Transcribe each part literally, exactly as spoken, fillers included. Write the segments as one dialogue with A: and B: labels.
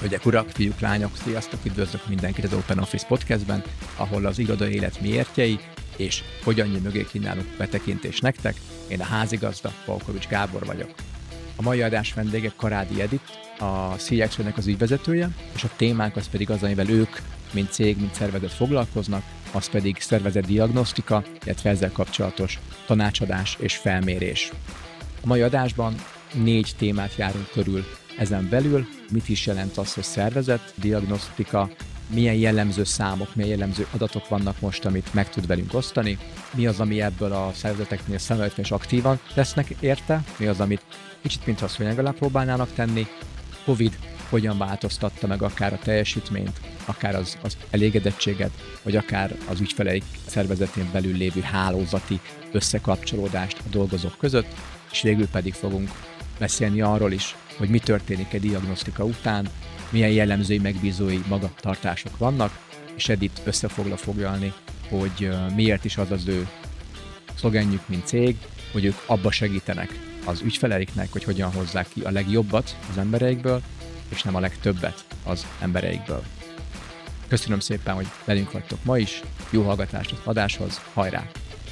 A: Hölgyek, urak, fiúk, lányok, sziasztok, üdvözlök mindenkit az Open Office Podcastben, ahol az irodai élet miértjei és hogyan mögé kínálunk betekintést nektek. Én a házigazda, Polkovics Gábor vagyok. A mai adás vendége Karádi Edit, a cé iksz-nek az ügyvezetője, és a témánk az pedig az, amivel ők, mint cég, mint szervezet foglalkoznak, az pedig szervezetdiagnosztika, illetve ezzel kapcsolatos tanácsadás és felmérés. A mai adásban négy témát járunk körül ezen belül, mit is jelent az, hogy szervezet, diagnosztika, milyen jellemző számok, milyen jellemző adatok vannak most, amit meg tud velünk osztani, mi az, ami ebből a szervezeteknél szemléleten és aktívan tesznek érte, mi az, amit kicsit mintha szőnyeg alá próbálnának tenni, Covid hogyan változtatta meg akár a teljesítményt, akár az, az elégedettséget, vagy akár az ügyfeleik szervezetén belül lévő hálózati összekapcsolódást a dolgozók között, és végül pedig fogunk beszélni arról is, hogy mi történik egy diagnosztika után, milyen jellemzői, megbízói magatartások vannak, és Edith össze fogla foglalni, hogy miért is az az ő szlogenjük, mint cég, hogy ők abba segítenek az ügyfeleiknek, hogy hogyan hozzák ki a legjobbat az embereikből, és nem a legtöbbet az embereikből. Köszönöm szépen, hogy velünk vagytok ma is, jó hallgatást az adáshoz, hajrá!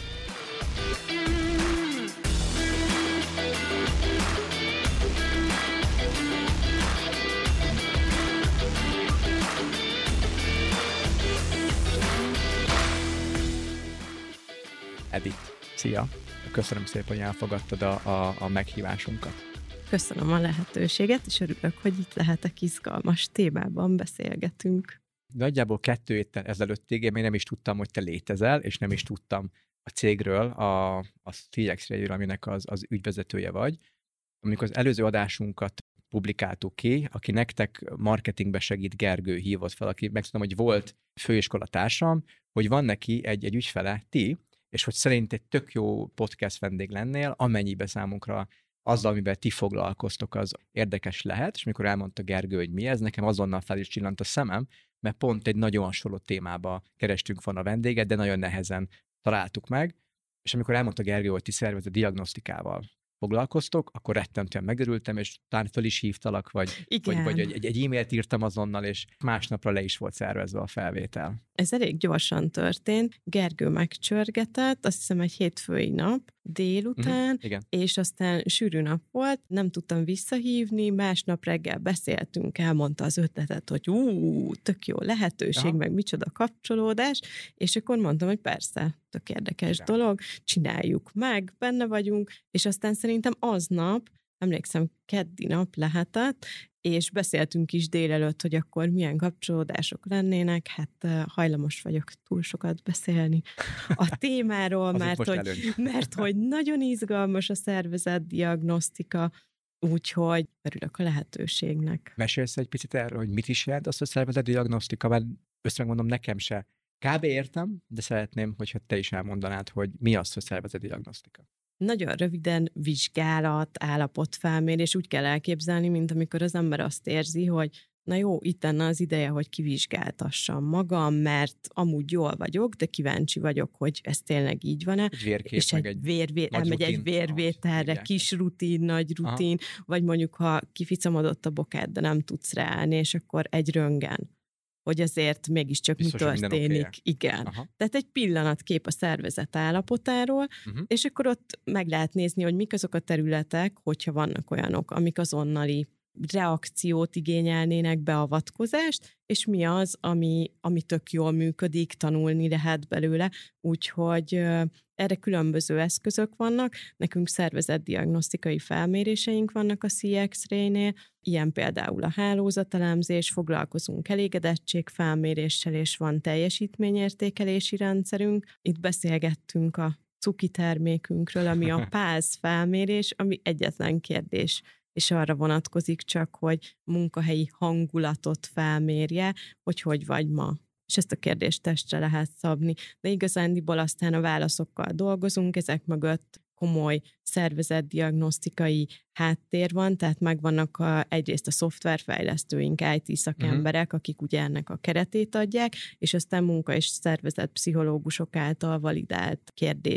A: Edith, szia! Köszönöm szépen, hogy elfogadtad a, a, a meghívásunkat.
B: Köszönöm a lehetőséget, és örülök, hogy itt lehetek, izgalmas témában beszélgetünk.
A: Nagyjából kettő héttel ezelőttig én még nem is tudtam, hogy te létezel, és nem is tudtam a cégről, a, a cé iksz-ről, aminek az, az ügyvezetője vagy. Amikor az előző adásunkat publikáltuk ki, aki nektek marketingbe segít, Gergő hívott fel, aki megtudtam, hogy volt főiskolatársam, hogy van neki egy, egy ügyfele, ti, és hogy szerint egy tök jó podcast vendég lennél, amennyiben számunkra azzal, amiben ti foglalkoztok, az érdekes lehet, és mikor elmondta Gergő, hogy mi ez, nekem azonnal fel is csillant a szemem, mert pont egy nagyon hasonló témába kerestünk volna a vendéget, de nagyon nehezen találtuk meg, és amikor elmondta Gergő, hogy ti szervezet diagnosztikával foglalkoztok, akkor rettentően megörültem, és talán föl is hívtalak, vagy, vagy, vagy egy, egy e-mailt írtam azonnal, és másnapra le is volt szervezve a felvétel.
B: Ez elég gyorsan történt. Gergő megcsörgetett, azt hiszem egy hétfői nap délután,
A: uh-huh,
B: és aztán sűrű nap volt, nem tudtam visszahívni, másnap reggel beszéltünk, elmondta az ötletet, hogy ú, tök jó lehetőség, Aha. meg micsoda kapcsolódás, és akkor mondtam, hogy persze, tök érdekes Igen. dolog, csináljuk meg, benne vagyunk, és aztán szerintem aznap, emlékszem, keddi nap lehetett, és beszéltünk is délelőtt, hogy akkor milyen kapcsolódások lennének, hát hajlamos vagyok túl sokat beszélni a témáról, mert hogy, mert hogy nagyon izgalmas a szervezetdiagnosztika, úgyhogy örülök a lehetőségnek.
A: Mesélsz egy picit erről, hogy mit is jelent az a szervezetdiagnosztika, mert összemondom, nekem se. Kb. Értem, de szeretném, hogyha te is elmondanád, hogy mi az, hogy szervezetdiagnosztika.
B: Nagyon röviden vizsgálat, állapotfelmérés, úgy kell elképzelni, mint amikor az ember azt érzi, hogy na jó, itt lenne az ideje, hogy kivizsgáltassam magam, mert amúgy jól vagyok, de kíváncsi vagyok, hogy ez tényleg így van-e.
A: Egy vérkép,
B: és
A: meg
B: egy,
A: egy
B: vérvé, elmegy
A: rutin,
B: egy vérvételre,
A: ahogy,
B: kis rutin, nagy rutin, Aha. vagy mondjuk, ha kificamodott a bokád, de nem tudsz ráállni, és akkor egy röntgen, hogy azért mégiscsak Biztos, mi történik. Okay. Igen. Aha. Tehát egy pillanatkép a szervezet állapotáról, uh-huh. és akkor ott meg lehet nézni, hogy mik azok a területek, hogyha vannak olyanok, amik azonnali reakciót igényelnének, beavatkozást, és mi az, ami, ami tök jól működik, tanulni lehet belőle, úgyhogy erre különböző eszközök vannak. Nekünk szervezetdiagnosztikai felméréseink vannak a cé iksz-nél, ilyen például a hálózatelemzés, foglalkozunk elégedettségfelméréssel, és van teljesítményértékelési rendszerünk. Itt beszélgettünk a cuki termékünkről, ami a páz felmérés, ami egyetlen kérdés, és arra vonatkozik csak, hogy munkahelyi hangulatot felmérje, hogy hogy vagy ma. És ezt a kérdést testre lehet szabni. De igazándiból aztán a válaszokkal dolgozunk, ezek mögött komoly szervezetdiagnosztikai háttér van, tehát megvannak a, egyrészt a szoftverfejlesztőink, i té szakemberek, uh-huh. akik ugye ennek a keretét adják, és aztán munka- és szervezetpszichológusok által validált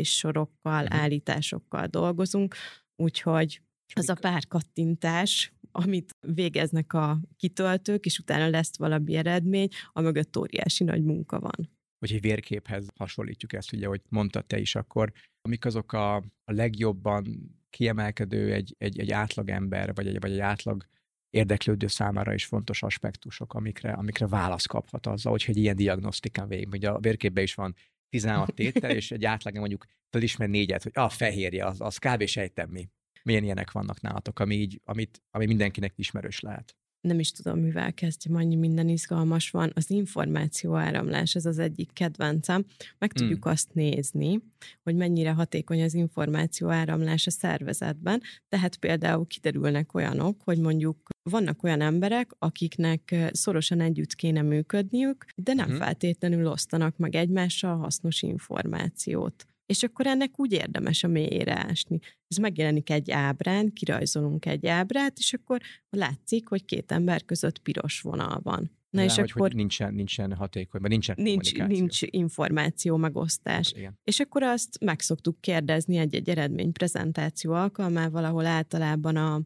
B: kérdéssorokkal, uh-huh. állításokkal dolgozunk, úgyhogy az a pár kattintás, amit végeznek a kitöltők, és utána lesz valami eredmény, amögött óriási nagy munka van.
A: Hogy egy vérképhez hasonlítjuk ezt, ugye, hogy mondtad te is, akkor amik azok a, a legjobban kiemelkedő egy, egy, egy átlagember, vagy egy, vagy egy átlag érdeklődő számára is fontos aspektusok, amikre, amikre választ kaphat azzal, hogyha egy ilyen diagnosztikán végig. Ugye a vérképben is van tizenhat tétel, és egy átlag mondjuk felismer négyet, hogy a fehérje, az, az kb. Sejtem mi. Milyen ilyenek vannak nálatok, ami, így, amit, ami mindenkinek ismerős lehet?
B: Nem is tudom, mivel kezdjem, annyi minden izgalmas van. Az információ áramlás, ez az egyik kedvencem. Meg hmm. tudjuk azt nézni, hogy mennyire hatékony az információ áramlás a szervezetben. Tehát például kiderülnek olyanok, hogy mondjuk vannak olyan emberek, akiknek szorosan együtt kéne működniük, de nem hmm. feltétlenül osztanak meg egymással hasznos információt. És akkor ennek úgy érdemes a mélyére ásni. Ez megjelenik egy ábrán, kirajzolunk egy ábrát, és akkor látszik, hogy két ember között piros vonal van. Na
A: és hogy, akkor hogy nincsen, nincsen hatékony, vagy nincsen
B: nincs, nincs információ megosztás. Igen. És akkor azt meg szoktuk kérdezni egy-egy eredményprezentáció alkalmával, ahol általában a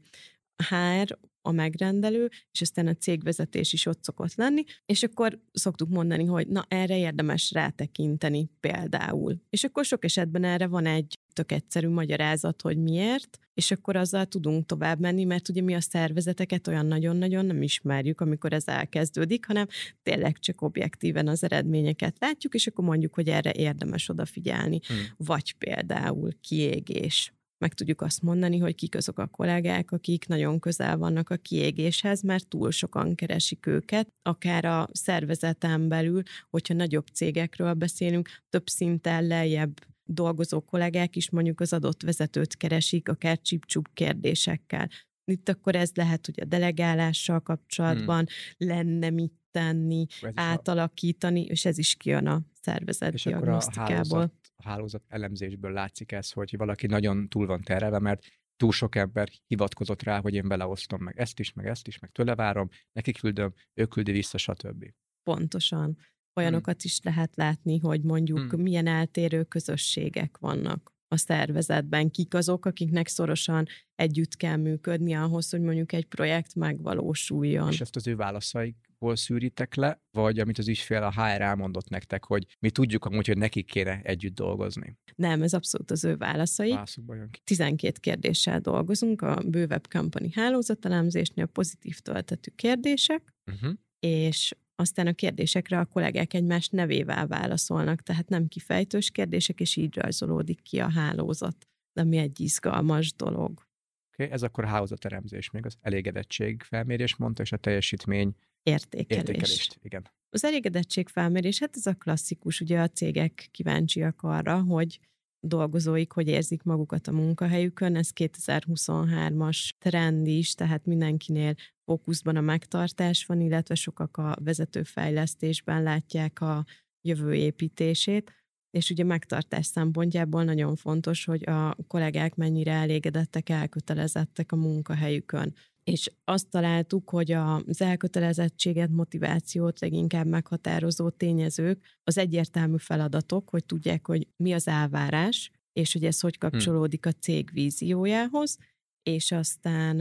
B: há er, a megrendelő, és aztán a cégvezetés is ott szokott lenni, és akkor szoktuk mondani, hogy na, erre érdemes rátekinteni például. És akkor sok esetben erre van egy tök egyszerű magyarázat, hogy miért, és akkor azzal tudunk tovább menni, mert ugye mi a szervezeteket olyan nagyon-nagyon nem ismerjük, amikor ez elkezdődik, hanem tényleg csak objektíven az eredményeket látjuk, és akkor mondjuk, hogy erre érdemes odafigyelni. Hmm. Vagy például kiégés. Meg tudjuk azt mondani, hogy kik azok a kollégák, akik nagyon közel vannak a kiégéshez, mert túl sokan keresik őket, akár a szervezeten belül, hogyha nagyobb cégekről beszélünk, több szinten lejjebb dolgozó kollégák is mondjuk az adott vezetőt keresik, akár csip-csup kérdésekkel. Itt akkor ez lehet, hogy a delegálással kapcsolatban hmm. lenne mit tenni, átalakítani, és ez is kijön a szervezet
A: és
B: diagnosztikából.
A: A hálózat elemzésből látszik ez, hogy valaki nagyon túl van terelve, mert túl sok ember hivatkozott rá, hogy én beleosztom meg ezt is, meg ezt is, meg tőle várom, neki küldöm, ő küldi vissza, stb.
B: Pontosan. Olyanokat hmm. is lehet látni, hogy mondjuk hmm. milyen eltérő közösségek vannak a szervezetben, kik azok, akiknek szorosan együtt kell működni ahhoz, hogy mondjuk egy projekt megvalósuljon.
A: És ezt az ő válaszaikból szűritek le, vagy amit az ügyfél a há er elmondott nektek, hogy mi tudjuk amúgy, hogy nekik kéne együtt dolgozni?
B: Nem, ez abszolút az ő válaszai. tizenkét kérdéssel dolgozunk a bővebb company hálózatelemzésnél, pozitív töltetű kérdések, uh-huh. és aztán a kérdésekre a kollégák egymás nevével válaszolnak, tehát nem kifejtős kérdések, és így rajzolódik ki a hálózat, ami egy izgalmas dolog.
A: Oké, okay, ez akkor a hálózatelemzés, még az elégedettség felmérés mondta, és a teljesítmény
B: értékelés.
A: értékelést. Igen.
B: Az elégedettség felmérés, hát ez a klasszikus, ugye a cégek kíváncsiak arra, hogy dolgozóik hogy érzik magukat a munkahelyükön, ez kétezer-huszonhármas trend is, tehát mindenkinél fókuszban a megtartás van, illetve sokak a vezetőfejlesztésben látják a jövő építését, és ugye megtartás szempontjából nagyon fontos, hogy a kollégák mennyire elégedettek, elkötelezettek a munkahelyükön. És azt találtuk, hogy az elkötelezettséget, motivációt leginkább meghatározó tényezők az egyértelmű feladatok, hogy tudják, hogy mi az elvárás, és hogy ez hogy kapcsolódik a cég víziójához, és aztán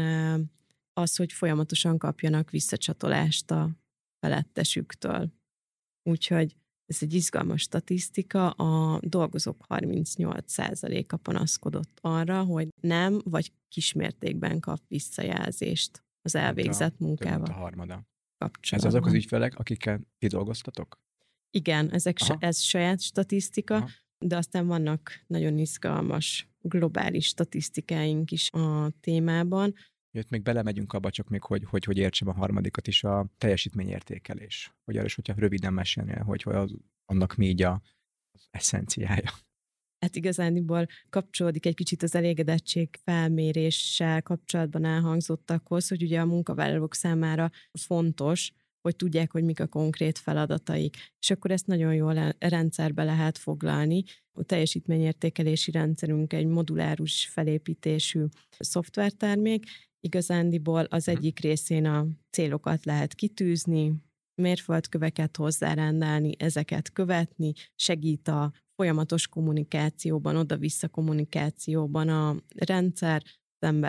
B: az, hogy folyamatosan kapjanak visszacsatolást a felettesüktől. Úgyhogy ez egy izgalmas statisztika, a dolgozók harmincnyolc százaléka panaszkodott arra, hogy nem, vagy kismértékben kap visszajelzést az elvégzett
A: a,
B: munkával.
A: A harmada. Ez azok az ügyfelek, akikkel kidolgoztatok?
B: Igen, ezek ez saját statisztika, Aha. de aztán vannak nagyon izgalmas globális statisztikáink is a témában.
A: Jött még belemegyünk abba, csak még, hogy, hogy, hogy értsem a harmadikat is, a teljesítményértékelés. Hogy arra is, hogyha röviden mesélnél, hogy, hogy az, annak mi így a, az eszenciája.
B: Hát igazániból kapcsolódik egy kicsit az elégedettség felméréssel kapcsolatban elhangzottakhoz, hogy ugye a munkavállalók számára fontos, hogy tudják, hogy mik a konkrét feladataik. És akkor ezt nagyon jól rendszerbe lehet foglalni. A teljesítményértékelési rendszerünk egy modulárus felépítésű szoftvertermék. Igazándiból az egyik részén a célokat lehet kitűzni, mérföldköveket hozzárendelni, ezeket követni, segít a folyamatos kommunikációban, oda-vissza kommunikációban a rendszer, az ember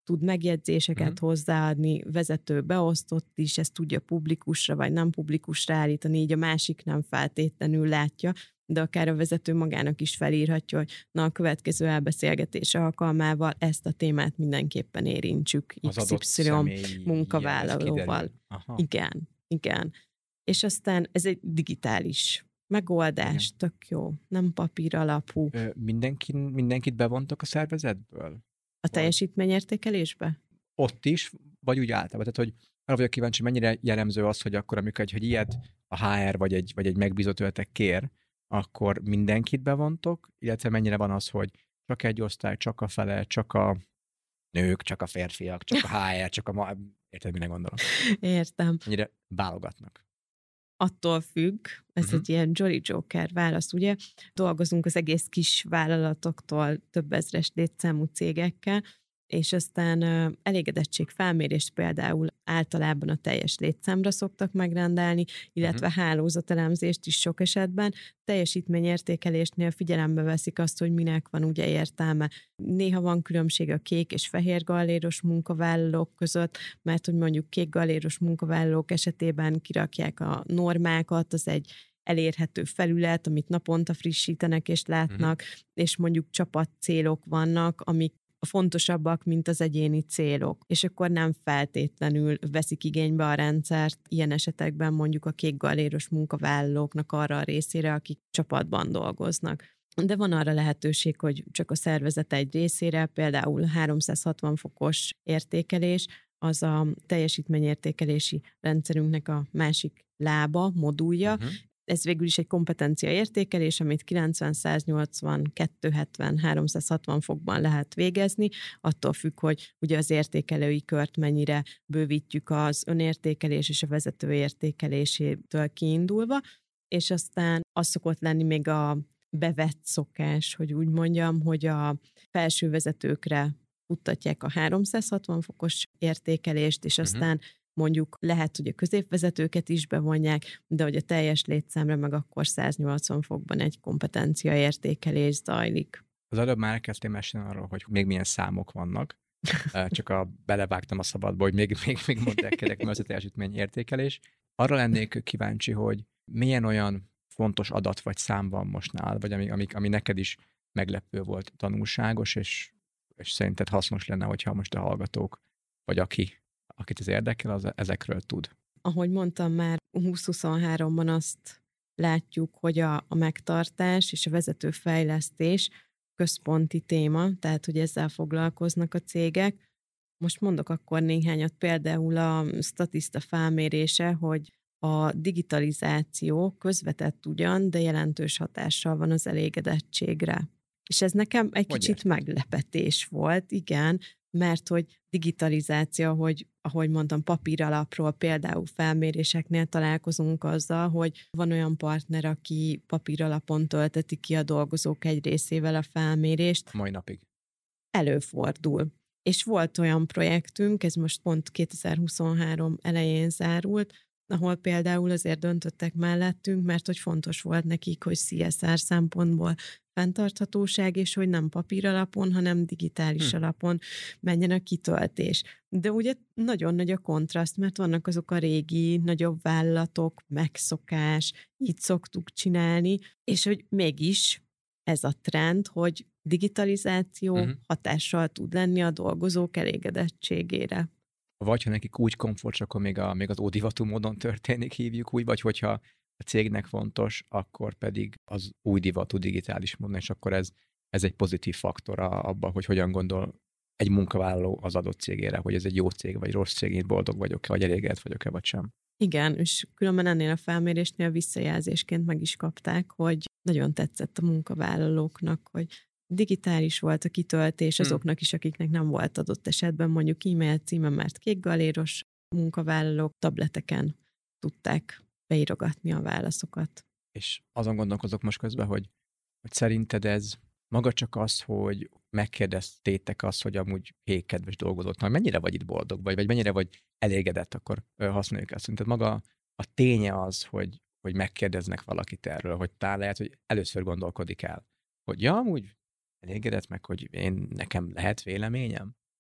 B: tud megjegyzéseket uh-huh. hozzáadni, vezető beosztott is, ezt tudja publikusra vagy nem publikusra állítani, így a másik nem feltétlenül látja, de akár a vezető magának is felírhatja, hogy na a következő elbeszélgetés alkalmával ezt a témát mindenképpen érintsük iksz ipszilon munkavállalóval. Igen, igen. És aztán ez egy digitális megoldás, igen. Tök jó, nem papír alapú.
A: Ö, mindenki, mindenkit bevontak a szervezetből?
B: A teljesítményértékelésbe?
A: Ott is, vagy úgy általában? Tehát, hogy arra vagyok kíváncsi, mennyire jellemző az, hogy akkor, amikor egy, hogy ilyet a há er vagy egy, vagy egy megbízott tőletek kér, akkor mindenkit bevontok, illetve mennyire van az, hogy csak egy osztály, csak a fele, csak a nők, csak a férfiak, csak a há er, csak a ma... Érted, mire gondolom?
B: Értem.
A: Mennyire válogatnak?
B: Attól függ, ez uh-huh. egy ilyen Jolly Joker válasz, ugye? Dolgozunk az egész kis vállalatoktól több ezres létszámú cégekkel, és aztán uh, elégedettségfelmérést például általában a teljes létszámra szoktak megrendelni, illetve uh-huh. hálózatelemzést is sok esetben. Teljesítményértékelésnél figyelembe veszik azt, hogy minek van ugye értelme. Néha van különbség a kék és fehér galléros munkavállalók között, mert hogy mondjuk kék galléros munkavállalók esetében kirakják a normákat, az egy elérhető felület, amit naponta frissítenek és látnak, uh-huh. és mondjuk csapatcélok vannak, amik fontosabbak, mint az egyéni célok. És akkor nem feltétlenül veszik igénybe a rendszert ilyen esetekben mondjuk a kék galléros munkavállalóknak arra a részére, akik csapatban dolgoznak. De van arra lehetőség, hogy csak a szervezet egy részére, például háromszázhatvan fokos értékelés, az a teljesítményértékelési rendszerünknek a másik lába, modulja. Uh-huh. Ez végül is egy kompetencia értékelés, amit kilencven, száznyolcvan, kétszázhetven, háromszázhatvan fokban lehet végezni, attól függ, hogy ugye az értékelői kört mennyire bővítjük az önértékelés és a vezető értékelésétől kiindulva, és aztán az szokott lenni még a bevett szokás, hogy úgy mondjam, hogy a felső vezetőkre futtatják a háromszázhatvan fokos értékelést, és aztán uh-huh. mondjuk lehet, hogy a középvezetőket is bevonják, de hogy a teljes létszámra meg akkor száznyolcvan fokban egy kompetencia értékelés zajlik.
A: Az előbb már elkezdtél mesélni arról, hogy még milyen számok vannak, csak a belevágtam a szabadba, hogy még, még, még mondják, mert az a teljesítmény értékelés. Arra lennék kíváncsi, hogy milyen olyan fontos adat vagy szám van most nálad, vagy ami, ami, ami neked is meglepő volt, tanulságos, és, és szerinted hasznos lenne, hogyha most a hallgatók, vagy aki akit ez érdekel, az ezekről tud.
B: Ahogy mondtam már, húsz-huszonháromban azt látjuk, hogy a, a megtartás és a vezetőfejlesztés központi téma, tehát hogy ezzel foglalkoznak a cégek. Most mondok akkor néhányat, például a Statista felmérése, hogy a digitalizáció közvetett ugyan, de jelentős hatással van az elégedettségre. És ez nekem egy hogy kicsit érted? Meglepetés volt, igen, mert hogy digitalizáció, hogy, ahogy mondtam, papíralapról például felméréseknél találkozunk azzal, hogy van olyan partner, aki papíralapon tölteti ki a dolgozók egy részével a felmérést.
A: Mai napig.
B: Előfordul. És volt olyan projektünk, ez most pont kétezer-huszonhárom elején zárult, ahol például azért döntöttek mellettünk, mert hogy fontos volt nekik, hogy cé es er szempontból fenntarthatóság, és hogy nem papír alapon, hanem digitális hm. alapon menjen a kitöltés. De ugye nagyon nagy a kontraszt, mert vannak azok a régi, nagyobb vállalatok, megszokás, így szoktuk csinálni, és hogy mégis ez a trend, hogy digitalizáció uh-huh. hatással tud lenni a dolgozók elégedettségére.
A: Vagy ha nekik úgy komfort, akkor még, a, még az ódivatú módon történik, hívjuk úgy, vagy hogyha a cégnek fontos, akkor pedig az új divatú digitális módon, és akkor ez, ez egy pozitív faktor abban, hogy hogyan gondol egy munkavállaló az adott cégére, hogy ez egy jó cég, vagy rossz cég, itt boldog vagyok-e, vagy elégedett vagyok-e, vagy sem.
B: Igen, és különben ennél a felmérésnél visszajelzésként meg is kapták, hogy nagyon tetszett a munkavállalóknak, hogy digitális volt a kitöltés azoknak is, akiknek nem volt adott esetben mondjuk e-mail címe, mert kékgaléros munkavállalók tableteken tudták beírogatni a válaszokat.
A: És azon gondolkozok most közben, hogy, hogy szerinted ez maga csak az, hogy megkérdeztétek azt, hogy amúgy hé, kedves dolgozóknak, mennyire vagy itt boldog, vagy, vagy mennyire vagy elégedett, akkor használjuk ezt. Szerinted maga a ténye az, hogy, hogy megkérdeznek valakit erről, hogy talán lehet, hogy először gondolkodik el, hogy ja, amúgy elégedett meg, hogy én nekem lehet véleményem?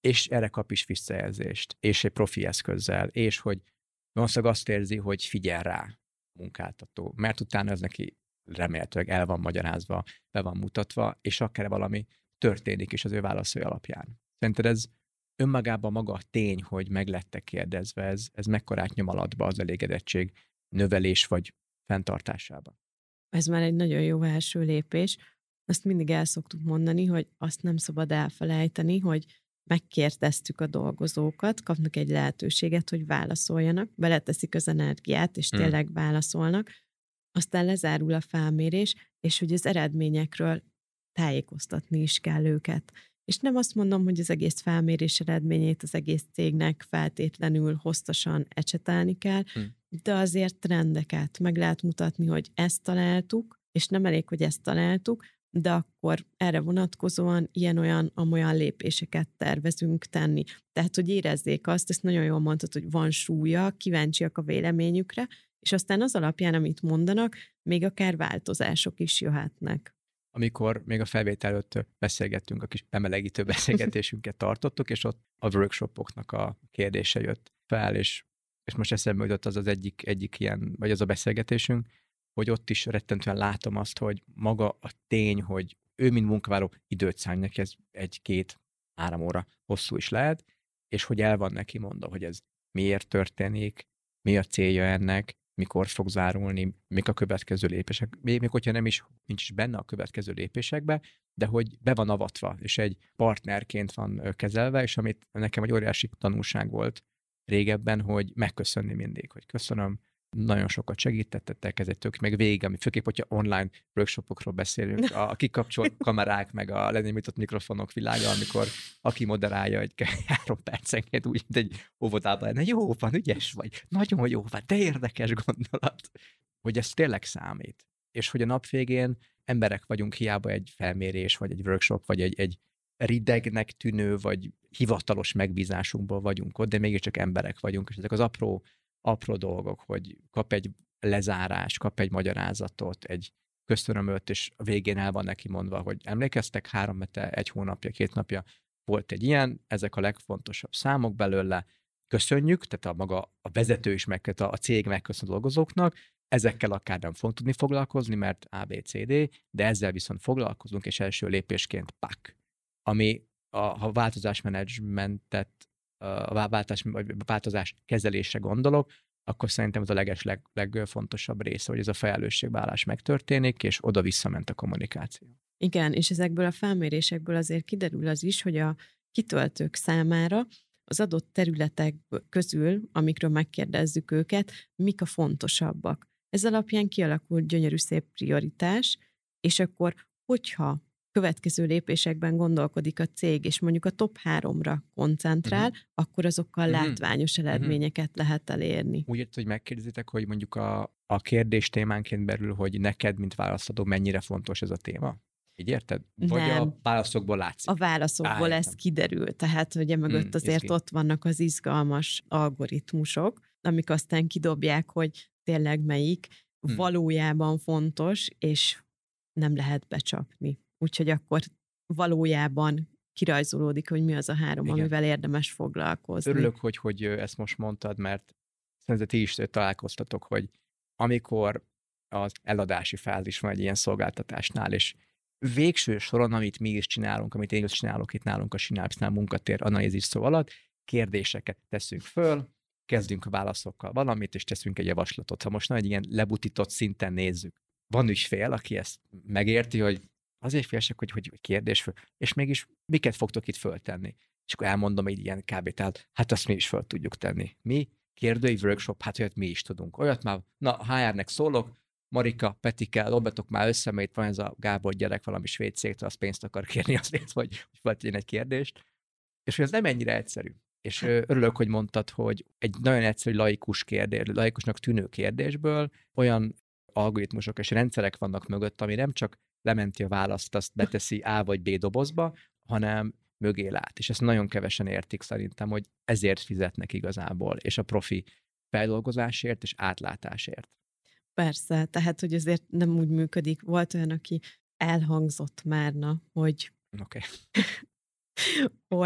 A: és erre kap is visszajelzést, és egy profi eszközzel, és hogy valószínűleg azt érzi, hogy figyel rá a munkáltató, mert utána ez neki remélhetőleg el van magyarázva, be van mutatva, és akár valami történik is az ő válaszai alapján. Szerinted ez önmagában maga a tény, hogy meg lettek kérdezve, ez, ez mekkorát nyom alatba az elégedettség növelés vagy fenntartásába?
B: Ez már egy nagyon jó első lépés. Azt mindig el szoktuk mondani, hogy azt nem szabad elfelejteni, hogy megkérdeztük a dolgozókat, kapnak egy lehetőséget, hogy válaszoljanak, beleteszik az energiát, és tényleg hmm. válaszolnak, aztán lezárul a felmérés, és hogy az eredményekről tájékoztatni is kell őket. És nem azt mondom, hogy az egész felmérés eredményét az egész cégnek feltétlenül hosszasan ecsetelni kell, hmm. de azért trendeket meg lehet mutatni, hogy ezt találtuk, és nem elég, hogy ezt találtuk, de akkor erre vonatkozóan ilyen-olyan, amolyan lépéseket tervezünk tenni. Tehát, hogy érezzék azt, ezt nagyon jól mondtad, hogy van súlya, kíváncsiak a véleményükre, és aztán az alapján, amit mondanak, még akár változások is jöhetnek.
A: Amikor még a felvétel előtt beszélgettünk, a kis bemelegítő beszélgetésünket tartottuk, és ott a workshopoknak a kérdése jött fel, és, és most eszembe jutott az az egyik, egyik ilyen, vagy az a beszélgetésünk, hogy ott is rettentően látom azt, hogy maga a tény, hogy ő, mint munkavállaló, időt szán neki, ez egy-két-három óra hosszú is lehet, és hogy el van neki mondva, hogy ez miért történik, mi a célja ennek, mikor fog zárulni, mik a következő lépések, még, még hogyha nem is, nincs is benne a következő lépésekbe, de hogy be van avatva, és egy partnerként van kezelve, és amit nekem egy óriási tanulság volt régebben, hogy megköszönni mindig, hogy köszönöm, nagyon sokat segítettetek, ez egy tök, meg végig, ami főképp, hogyha online workshopokról beszélünk, a kikapcsolt kamerák, meg a lenémított mikrofonok világa, amikor aki moderálja egy három percenként úgy, mint egy óvodában lenne, jó van, ügyes vagy, nagyon jó van, de érdekes gondolat, hogy ez tényleg számít. És hogy a nap végén emberek vagyunk, hiába egy felmérés, vagy egy workshop, vagy egy, egy ridegnek tűnő, vagy hivatalos megbízásunkból vagyunk ott, de mégiscsak emberek vagyunk, és ezek az apró apró dolgok, hogy kap egy lezárás, kap egy magyarázatot, egy köszönömöt, és a végén el van neki mondva, hogy emlékeztek, három hete, egy hónapja, két napja volt egy ilyen, ezek a legfontosabb számok belőle, köszönjük, tehát a maga a vezető is megköszön, a cég megköszön a dolgozóknak, ezekkel akár nem fogunk tudni foglalkozni, mert A, B, C, D, de ezzel viszont foglalkozunk, és első lépésként pak. Ami a, ha változásmenedzsmentet a váltás, vagy változás kezelésre gondolok, akkor szerintem ez a leges leg, legfontosabb része, hogy ez a felelősségvállalás megtörténik, és oda visszament a kommunikáció.
B: Igen, és ezekből a felmérésekből azért kiderül az is, hogy a kitöltők számára az adott területek közül, amikről megkérdezzük őket, mik a fontosabbak. Ez alapján kialakul gyönyörű szép prioritás, és akkor, hogyha következő lépésekben gondolkodik a cég, és mondjuk a top háromra koncentrál, uh-huh. akkor azokkal uh-huh. látványos eredményeket uh-huh. lehet elérni.
A: Úgy érted, hogy megkérdezitek, hogy mondjuk a, a kérdés témánként belül, hogy neked, mint választadó, mennyire fontos ez a téma? Így érted? Vagy nem. A válaszokból látszik?
B: A válaszokból Á, ez kiderül, tehát hogy mögött hmm, azért ott vannak az izgalmas algoritmusok, amik aztán kidobják, hogy tényleg melyik hmm. valójában fontos, és nem lehet becsapni. Úgyhogy akkor valójában kirajzolódik, hogy mi az a három, Igen. amivel érdemes foglalkozni.
A: Örülök, hogy, hogy ezt most mondtad, mert szerintem ti is találkoztatok, hogy amikor az eladási fázis van egy ilyen szolgáltatásnál, és végső soron, amit mi is csinálunk, amit én is csinálok itt nálunk a Synapse-nál munkatér analízis szó alatt, kérdéseket teszünk föl, kezdünk a válaszokkal valamit, és teszünk egy javaslatot. Ha most nem egy ilyen lebutított szinten nézzük. Van ügyfél, aki ezt megérti, hogy azért félsek, hogy, hogy kérdés föl, és mégis miket fogtok itt föltenni? És akkor elmondom egy ilyen kb. Tehát, hát azt mi is föl tudjuk tenni. Mi? Kérdői workshop, hát olyat mi is tudunk. Olyat már, na, há er-nek szólok, Marika, Petike, dobjatok már össze, mert itt van ez a Gábor gyerek valami svéd cégtől, az pénzt akar kérni azért, hogy, hogy feltegyen egy kérdést. És hogy ez nem ennyire egyszerű. És örülök, hogy mondtad, hogy egy nagyon egyszerű laikus kérdés, laikusnak tűnő kérdésből olyan algoritmusok és rendszerek vannak mögött, ami nem csak lementi a választ, azt beteszi A vagy B dobozba, hanem mögé lát. És ezt nagyon kevesen értik szerintem, hogy ezért fizetnek igazából, és a profi feldolgozásért és átlátásért.
B: Persze, tehát, hogy azért nem úgy működik. Volt olyan, aki elhangzott márna, hogy,
A: okay.
B: hogy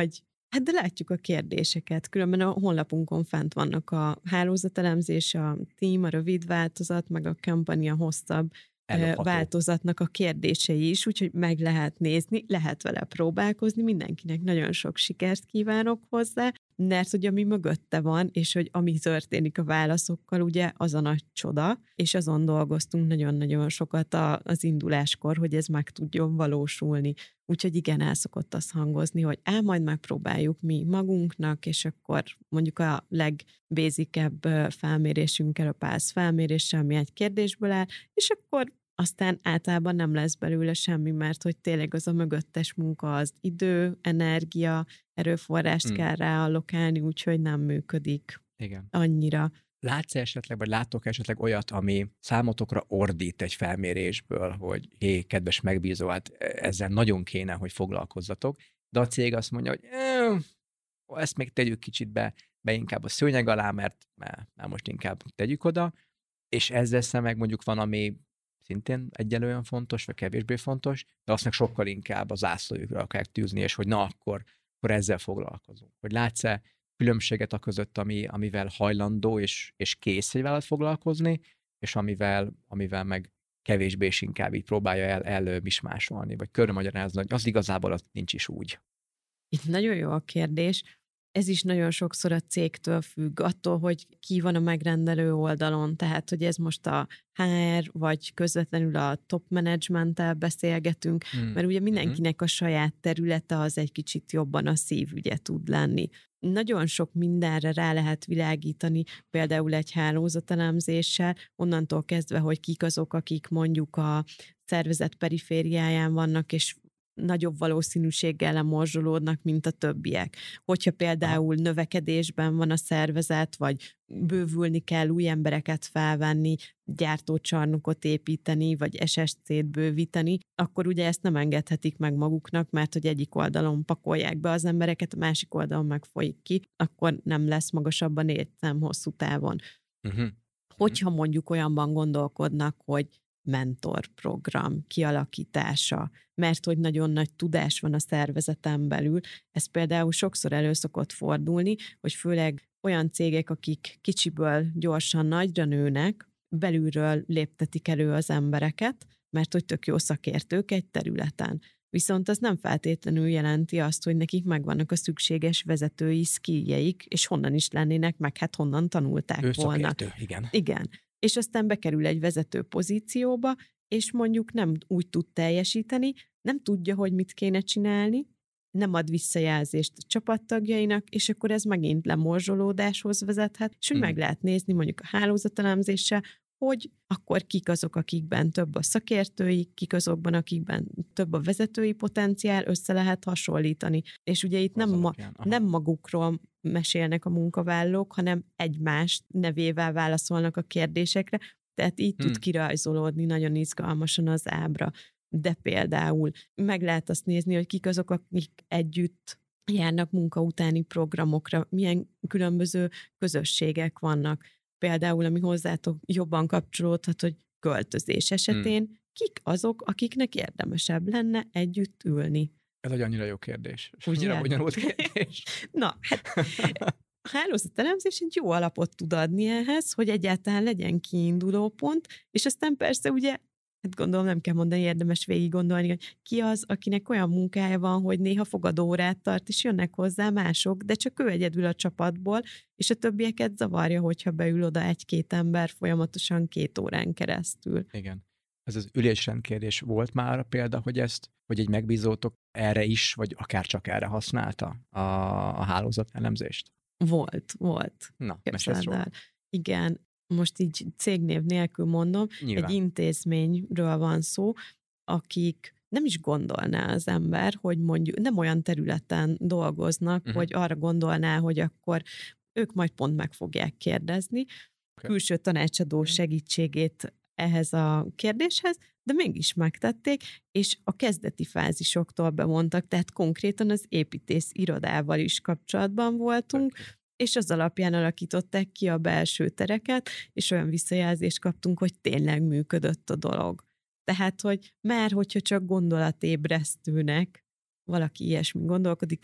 B: Hát de látjuk a kérdéseket, különben a honlapunkon fent vannak a hálózatelemzés, a team, a rövid változat, meg a kampánya hosszabb Ellopható. változatnak a kérdései is, úgyhogy meg lehet nézni, lehet vele próbálkozni, mindenkinek nagyon sok sikert kívánok hozzá, mert hogy ami mögötte van, és hogy ami történik a válaszokkal, ugye az a nagy csoda, és azon dolgoztunk nagyon-nagyon sokat az induláskor, hogy ez meg tudjon valósulni. Úgyhogy igen, el szokott az hangozni, hogy á, majd megpróbáljuk mi magunknak, és akkor mondjuk a legbézikebb felmérésünkkel, a pálsz felméréssel, ami egy kérdésből áll, és akkor aztán általában nem lesz belőle semmi, mert hogy tényleg az a mögöttes munka, az idő, energia, erőforrást mm. kell ráallokálni, úgyhogy nem működik
A: Igen.
B: annyira.
A: Látsz esetleg, vagy látok esetleg olyat, ami számotokra ordít egy felmérésből, hogy hé, kedves megbízó, hát ezzel nagyon kéne, hogy foglalkozzatok, de a cég azt mondja, hogy eh, ezt még tegyük kicsit be, be inkább a szőnyeg alá, mert már most inkább tegyük oda, és ezzel szemben mondjuk van, ami szintén egyelően fontos, vagy kevésbé fontos, de azt meg sokkal inkább az zászlójukra akarják tűzni, és hogy na, akkor, akkor ezzel foglalkozunk. Hogy látsz-e különbséget a között, ami, amivel hajlandó és, és kész egy vállalat foglalkozni, és amivel, amivel meg kevésbé és inkább így próbálja el, elmismásolni, vagy körülmagyarázni, hogy az igazából az nincs is úgy.
B: Itt nagyon jó a kérdés. Ez is nagyon sokszor a cégtől függ, attól, hogy ki van a megrendelő oldalon, tehát, hogy ez most a há er, vagy közvetlenül a top managementtel beszélgetünk, hmm. mert ugye mindenkinek a saját területe az egy kicsit jobban a szívügye tud lenni. Nagyon sok mindenre rá lehet világítani, például egy hálózatelemzéssel, onnantól kezdve, hogy kik azok, akik mondjuk a szervezet perifériáján vannak, és nagyobb valószínűséggel lemorzsolódnak, mint a többiek. Hogyha például Aha. növekedésben van a szervezet, vagy bővülni kell, új embereket felvenni, gyártócsarnokot építeni, vagy es es cét bővíteni, akkor ugye ezt nem engedhetik meg maguknak, mert hogy egyik oldalon pakolják be az embereket, a másik oldalon meg folyik ki, akkor nem lesz magasabb a létszám hosszú távon. Uh-huh. Hogyha mondjuk olyanban gondolkodnak, hogy mentorprogram kialakítása, mert hogy nagyon nagy tudás van a szervezeten belül. Ez például sokszor elő szokott fordulni, hogy főleg olyan cégek, akik kicsiből gyorsan nagyra nőnek, belülről léptetik elő az embereket, mert hogy tök jó szakértők egy területen. Viszont az nem feltétlenül jelenti azt, hogy nekik megvannak a szükséges vezetői skilljeik, és honnan is lennének, meg hát honnan tanulták
A: ő
B: volna.
A: Szakértő, igen.
B: Igen. És aztán bekerül egy vezető pozícióba, és mondjuk nem úgy tud teljesíteni, nem tudja, hogy mit kéne csinálni, nem ad visszajelzést a csapattagjainak, és akkor ez megint lemorzsolódáshoz vezethet, és hogy hmm. meg lehet nézni mondjuk a hálózatelemzéssel, hogy akkor kik azok, akikben több a szakértői, kik azokban, akikben több a vezetői potenciál, össze lehet hasonlítani. És ugye itt nem, ma, nem magukról mesélnek a munkavállalók, hanem egymás nevével válaszolnak a kérdésekre, tehát így hmm. tud kirajzolódni nagyon izgalmasan az ábra. De például meg lehet azt nézni, hogy kik azok, akik együtt járnak munka utáni programokra, milyen különböző közösségek vannak. Például, ami hozzátok jobban kapcsolódhat, hogy költözés esetén hmm. kik azok, akiknek érdemesebb lenne együtt ülni?
A: Ez egy annyira jó kérdés. És annyira bonyolult kérdés.
B: Na, hát a hálózatelemzés egy jó alapot tud adni ehhez, hogy egyáltalán legyen kiinduló pont, és aztán persze ugye, hát gondolom nem kell mondani, érdemes végig gondolni, hogy ki az, akinek olyan munkája van, hogy néha fogadóórát tart, és jönnek hozzá mások, de csak ő egyedül a csapatból, és a többieket zavarja, hogyha beül oda egy-két ember folyamatosan két órán keresztül.
A: Igen. Ez az ülésrend kérdés. Volt már példa, hogy ezt, hogy egy megbízótok erre is, vagy akár csak erre használta a, a hálózatelemzést?
B: Volt, volt.
A: Na, mesélsz róla.
B: Igen. Most így cégnév nélkül mondom, Nyilván. Egy intézményről van szó, akik nem is gondolná az ember, hogy mondjuk nem olyan területen dolgoznak, uh-huh. hogy arra gondolná, hogy akkor ők majd pont meg fogják kérdezni. Okay. Külső tanácsadó segítségét ehhez a kérdéshez, de mégis megtették, és a kezdeti fázisoktól bevontak, tehát konkrétan az építész irodával is kapcsolatban voltunk, okay. és az alapján alakították ki a belső tereket, és olyan visszajelzést kaptunk, hogy tényleg működött a dolog. Tehát, hogy már hogyha csak gondolatébresztőnek valaki ilyesmi gondolkodik,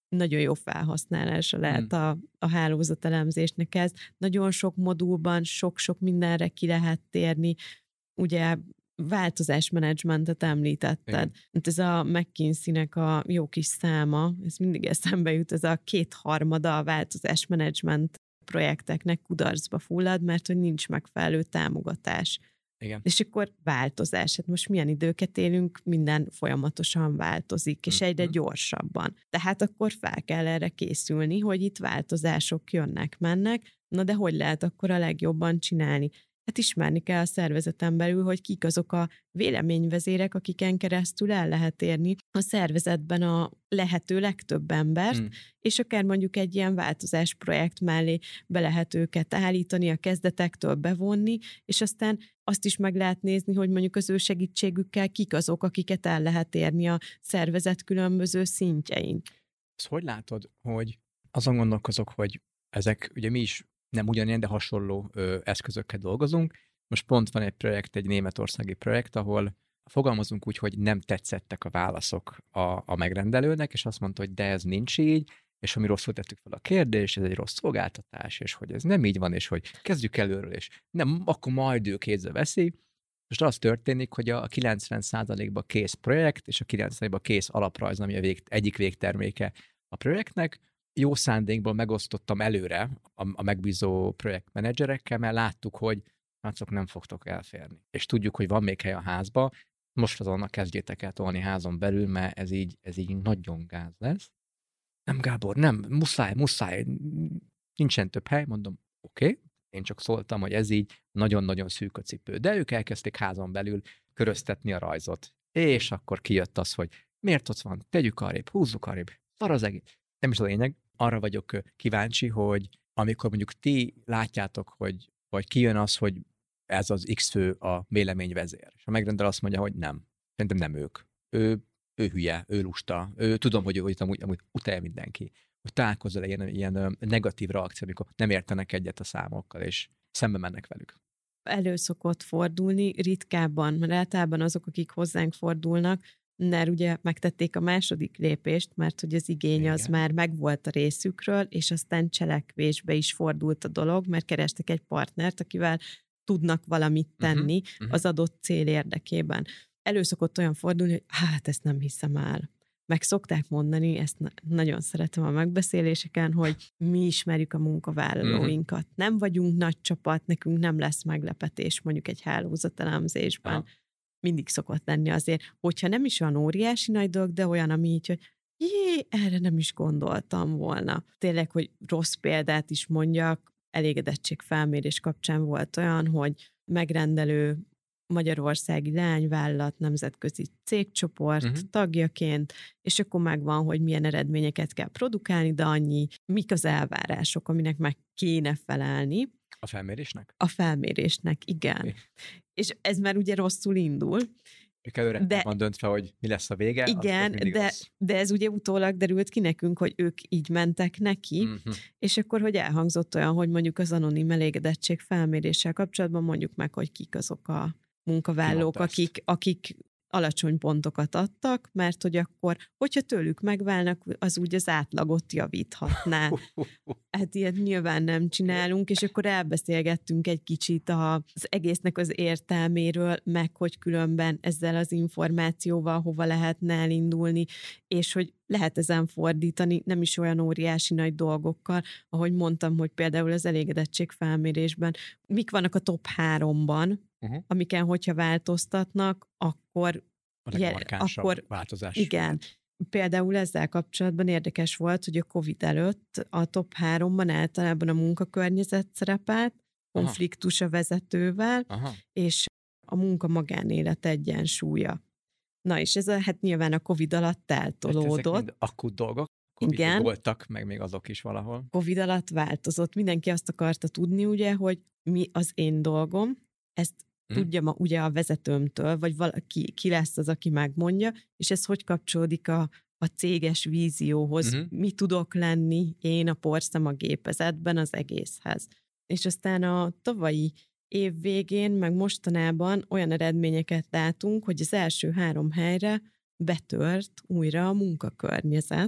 B: nagyon jó felhasználása lehet hmm. a, a hálózatelemzésnek ez. Nagyon sok modulban, sok-sok mindenre ki lehet térni. Ugye változásmenedzsmentet említetted. Hát ez a McKinsey-nek a jó kis száma, ez mindig eszembe jut, ez a kétharmada a változásmenedzsment projekteknek kudarcba fullad, mert hogy nincs megfelelő támogatás.
A: Igen.
B: És akkor változás. Hát most milyen időket élünk, minden folyamatosan változik, és mm-hmm. egyre gyorsabban. Tehát akkor fel kell erre készülni, hogy itt változások jönnek, mennek, na de hogy lehet akkor a legjobban csinálni? Hát ismerni kell a szervezeten belül, hogy kik azok a véleményvezérek, akiken keresztül el lehet érni a szervezetben a lehető legtöbb embert, hmm. és akár mondjuk egy ilyen változás projekt mellé be lehet őket állítani, a kezdetektől bevonni, és aztán azt is meg lehet nézni, hogy mondjuk az ő segítségükkel kik azok, akiket el lehet érni a szervezet különböző szintjein.
A: Ezt hogy látod, hogy azon gondolkozok, hogy ezek, ugye mi is nem ugyanilyen, de hasonló ö, eszközökkel dolgozunk. Most pont van egy projekt, egy németországi projekt, ahol fogalmazunk úgy, hogy nem tetszettek a válaszok a, a megrendelőnek, és azt mondta, hogy de ez nincs így, és ha mi rosszul tettük fel a kérdést, ez egy rossz szolgáltatás, és hogy ez nem így van, és hogy kezdjük előről, és nem, akkor majd ő kézbe veszi. Most az történik, hogy a kilencven százalékban kész projekt, és a kilencven százalékban kész alaprajz, ami a vég, egyik végterméke a projektnek. Jó szándékból megosztottam előre a, a megbízó projektmenedzserekkel, mert láttuk, hogy azok nem fogtok elférni. És tudjuk, hogy van még hely a házba, most azonnal kezdjétek el tolni házon belül, mert ez így, ez így nagyon gáz lesz. Nem, Gábor, nem, muszáj, muszáj, nincsen több hely, mondom, oké, okay. Én csak szóltam, hogy ez így nagyon-nagyon szűk a cipő. De ők elkezdték házon belül köröztetni a rajzot. És akkor kijött az, hogy miért ott van, tegyük arrébb, húzzuk arrébb, szar az egész. Nem is a lényeg, arra vagyok kíváncsi, hogy amikor mondjuk ti látjátok, hogy vagy kijön az, hogy ez az X fő a véleményvezér, és a megrendelő azt mondja, hogy nem. Szerintem nem ők. Ő, ő hülye, ő lusta, ő tudom, hogy, hogy amúgy, amúgy utálja mindenki. Hogy találkozol ilyen, ilyen negatív reakció, amikor nem értenek egyet a számokkal, és szembe mennek velük.
B: Elő szokott fordulni, ritkábban, mert általában azok, akik hozzánk fordulnak, mert ugye megtették a második lépést, mert hogy az igény Igen. az már megvolt a részükről, és aztán cselekvésbe is fordult a dolog, mert kerestek egy partnert, akivel tudnak valamit tenni uh-huh, uh-huh. az adott cél érdekében. Elő szokott olyan fordulni, hogy hát ezt nem hiszem el. Meg szokták mondani, ezt nagyon szeretem a megbeszéléseken, hogy mi ismerjük a munkavállalóinkat. Uh-huh. Nem vagyunk nagy csapat, nekünk nem lesz meglepetés mondjuk egy hálózatelemzésben. Uh-huh. Mindig szokott lenni azért, hogyha nem is olyan óriási nagy dolog, de olyan, ami így, hogy jé, erre nem is gondoltam volna. Tényleg, hogy rossz példát is mondjak, elégedettségfelmérés kapcsán volt olyan, hogy megrendelő magyarországi leányvállalat, nemzetközi cégcsoport uh-huh. tagjaként, és akkor megvan, hogy milyen eredményeket kell produkálni, de annyi, mik az elvárások, aminek meg kéne felelni.
A: A felmérésnek?
B: A felmérésnek, igen. Okay. És ez már ugye rosszul indul.
A: Ők előre de, van döntve, hogy mi lesz a vége.
B: Igen, az, az de, de ez ugye utólag derült ki nekünk, hogy ők így mentek neki, uh-huh. és akkor, hogy elhangzott olyan, hogy mondjuk az anonim elégedettség felméréssel kapcsolatban mondjuk meg, hogy kik azok a munkavállalók, akik, akik alacsony pontokat adtak, mert hogy akkor, hogyha tőlük megválnak, az úgy az átlagot javíthatná. Hát ilyet nyilván nem csinálunk, és akkor elbeszélgettünk egy kicsit az egésznek az értelméről, meg hogy különben ezzel az információval hova lehetne elindulni, és hogy lehet ezen fordítani, nem is olyan óriási nagy dolgokkal, ahogy mondtam, hogy például az elégedettség felmérésben mik vannak a top háromban, uh-huh. amiken, hogyha változtatnak, akkor...
A: A legmarkánsabb akkor, változás.
B: Igen. Például ezzel kapcsolatban érdekes volt, hogy a Covid előtt a top háromban általában a munkakörnyezet szerepelt, konfliktus a vezetővel, Aha. és a munka-magánélet egyensúlya. Na és ez a, hát nyilván a Covid alatt eltolódott.
A: Ezek mind akut dolgok? Covid Igen. voltak, meg még azok is valahol.
B: Covid alatt változott. Mindenki azt akarta tudni, ugye, hogy mi az én dolgom, ezt hmm. tudja ma ugye a vezetőmtől, vagy valaki, ki lesz az, aki megmondja, és ez hogy kapcsolódik a, a céges vízióhoz, hmm. mi tudok lenni én a porszem a gépezetben az egészhez. És aztán a tavalyi év végén, meg mostanában olyan eredményeket látunk, hogy az első három helyre betört újra a munkakörnyezet,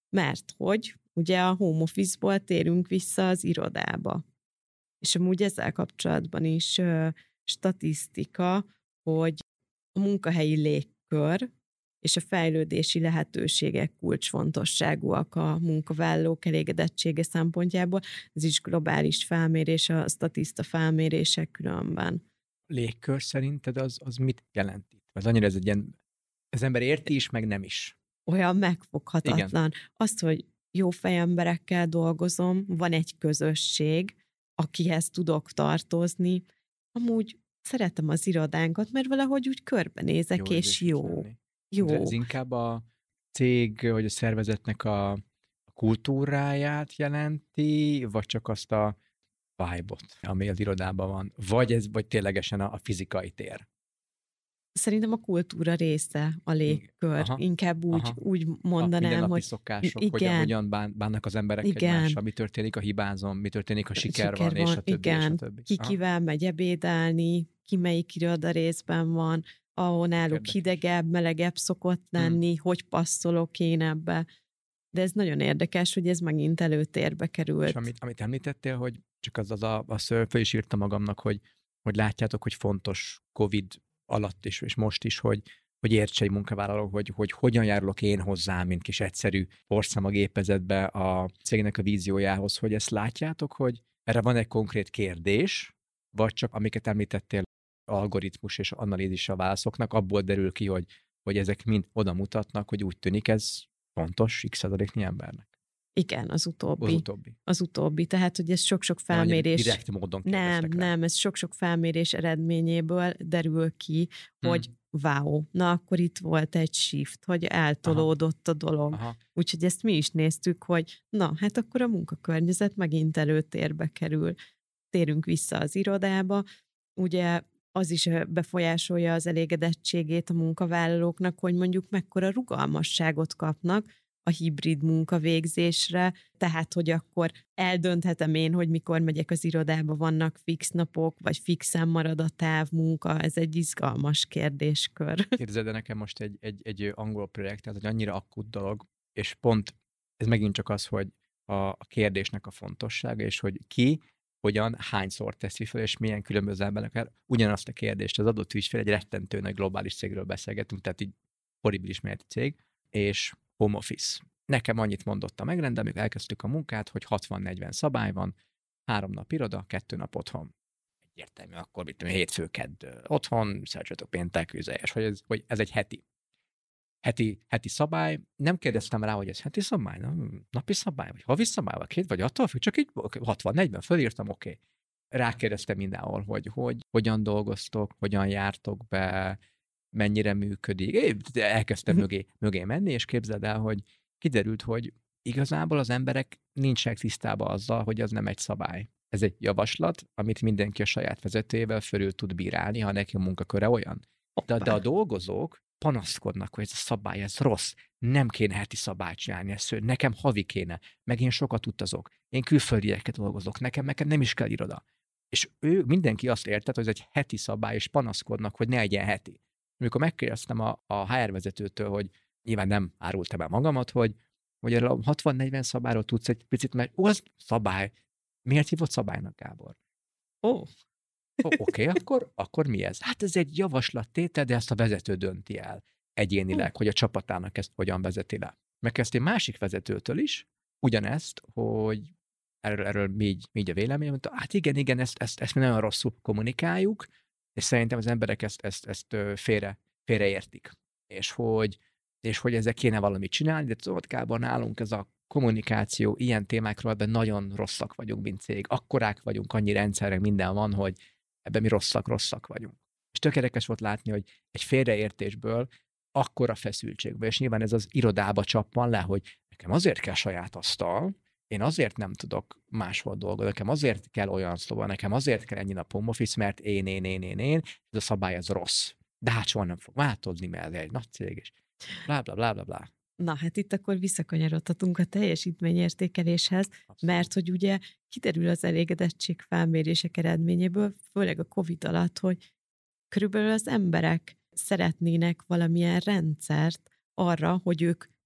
B: mert hogy ugye a home office-ból térünk vissza az irodába. És amúgy ezzel kapcsolatban is ö, statisztika, hogy a munkahelyi légkör és a fejlődési lehetőségek kulcsfontosságúak a munkavállalók elégedettsége szempontjából. Ez is globális felmérés, a statiszta felmérések különben.
A: Légkör szerinted az, az mit jelent itt? Az annyira ez egy ilyen, az ember érti is, meg nem is.
B: Olyan megfoghatatlan. Igen. Azt, hogy jó fejemberekkel dolgozom, van egy közösség, akihez tudok tartozni. Amúgy szeretem az irodánkat, mert valahogy úgy körbenézek, jó, és jó. Jó.
A: Ez inkább a cég, vagy a szervezetnek a kultúráját jelenti, vagy csak azt a vibe-ot, ami az irodában van? Vagy ez, vagy ténylegesen a, a fizikai tér?
B: Szerintem a kultúra része, a légkör. Aha, Inkább úgy, aha. úgy mondanám,
A: a
B: hogy...
A: szokások, igen, hogyan, hogyan bán, bánnak az emberek igen. egymással, mi történik a hibázon, mi történik, ha siker, siker van, van, és a többi,
B: igen.
A: és a többi.
B: Ki kivel megy ebédelni, ki melyik iroda részben van, ahol náluk Érdekes. hidegebb, melegebb szokott lenni, hmm. hogy passzolok én ebbe. De ez nagyon érdekes, hogy ez megint előtérbe került.
A: És amit, amit említettél, hogy csak az, az a, a szörfő is írta magamnak, hogy, hogy látjátok, hogy fontos Covid alatt is, és most is, hogy, hogy értse egy munkavállaló, hogy, hogy hogyan járulok én hozzá, mint kis egyszerű porszem a gépezetbe a cégnek a víziójához, hogy ezt látjátok, hogy erre van egy konkrét kérdés, vagy csak amiket említettél, algoritmus és analízis a válaszoknak, abból derül ki, hogy, hogy ezek mind oda mutatnak, hogy úgy tűnik ez fontos x százaléknyi embernek.
B: Igen, az utóbbi.
A: Az utóbbi.
B: Az utóbbi. Tehát, hogy ez sok-sok felmérés...
A: Direkt módon
B: Nem,
A: rá.
B: nem, ez sok-sok felmérés eredményéből derül ki, hmm. hogy wow, na akkor itt volt egy shift, hogy eltolódott Aha. a dolog. Aha. Úgyhogy ezt mi is néztük, hogy na, hát akkor a munkakörnyezet megint előtérbe kerül. Térünk vissza az irodába. Ugye az is befolyásolja az elégedettségét a munkavállalóknak, hogy mondjuk mekkora rugalmasságot kapnak a hibrid munkavégzésre, tehát, hogy akkor eldönthetem én, hogy mikor megyek az irodába, vannak fix napok, vagy fixen marad a távmunka, ez egy izgalmas kérdéskör.
A: Képzeld, de nekem most egy, egy, egy angol projekt, tehát egy annyira akut dolog, és pont ez megint csak az, hogy a, a kérdésnek a fontossága, és hogy ki, hogyan, hányszor teszi fel, és milyen különböző emberekkel ugyanazt a kérdést. Az adott ügyfél egy rettentő nagy globális cégről beszélgetünk, tehát így horribilis méretű cég, és home office. Nekem annyit mondott a megrendelő, amikor elkezdtük a munkát, hogy hatvan-negyven szabály van, három nap iroda, kettő nap otthon. Egyértelmű, akkor mit tudom, hétfő, kedd otthon, szerzsetek péntek, üzelyes, hogy ez, hogy ez egy heti. Heti, heti szabály. Nem kérdeztem rá, hogy ez heti szabály, nem? Napi szabály, vagy havi szabály, vagy két, vagy attól függ, csak így hatvan-negyven fölírtam, oké. Okay. Rákérdeztem mindenhol, hogy, hogy hogyan dolgoztok, hogyan jártok be, mennyire működik. Én elkezdtem uh-huh. mögé, mögé menni, és képzeld el, hogy kiderült, hogy igazából az emberek nincsenek tisztában azzal, hogy az nem egy szabály. Ez egy javaslat, amit mindenki a saját vezetőjével fölül tud bírálni, ha neki a munkaköre olyan. De, de a dolgozók panaszkodnak, hogy ez a szabály, ez rossz. Nem kéne heti szabályt csinálni, ez nekem havi kéne, meg én sokat utazok. Én külföldieket dolgozok, nekem, nekem nem is kell iroda. És ő, mindenki azt értett, hogy ez egy heti szabály, és panaszkodnak, hogy ne legyen heti. Amikor megkérdeztem a, a há er vezetőtől, hogy nyilván nem árultam el magamat, hogy, hogy erről a hatvan-negyven szabályról tudsz egy picit, mert ó, az szabály. Miért hívott szabálynak, Gábor? Ó, oh. oh, oké, okay, akkor, akkor mi ez? Hát ez egy javaslattétel, de ezt a vezető dönti el egyénileg, oh. hogy a csapatának ezt hogyan vezeti le. Megkezdtem másik vezetőtől is ugyanezt, hogy erről, erről mi így, mi így a véleményem, mondta, hát igen, igen, ezt, ezt, ezt mi nagyon rosszul kommunikáljuk, és szerintem az emberek ezt, ezt, ezt félre, félreértik. És hogy, és hogy ezzel kéne valamit csinálni, de tudod, Gábor, nálunk ez a kommunikáció ilyen témákról, ebben nagyon rosszak vagyunk, mint cég. Akkorák vagyunk, annyi rendszerek minden van, hogy ebben mi rosszak, rosszak vagyunk. És tök érdekes volt látni, hogy egy félreértésből akkora feszültségbe, és nyilván ez az irodába csappan le, hogy nekem azért kell saját asztal, én azért nem tudok máshol dolgozni, nekem azért kell olyan szlóba, nekem azért kell ennyi nap home office, mert én, én, én, én, én, ez a szabály, ez rossz. De hát soha nem fog változni, mert ez egy nagy cég, és blá, blá, blá, blá, blá.
B: Na, hát itt akkor visszakanyarodhatunk a teljesítményértékeléshez, Abszolút. Mert hogy ugye kiderül az elégedettség felmérések eredményéből, főleg a Covid alatt, hogy körülbelül az emberek szeretnének valamilyen rendszert arra, hogy ők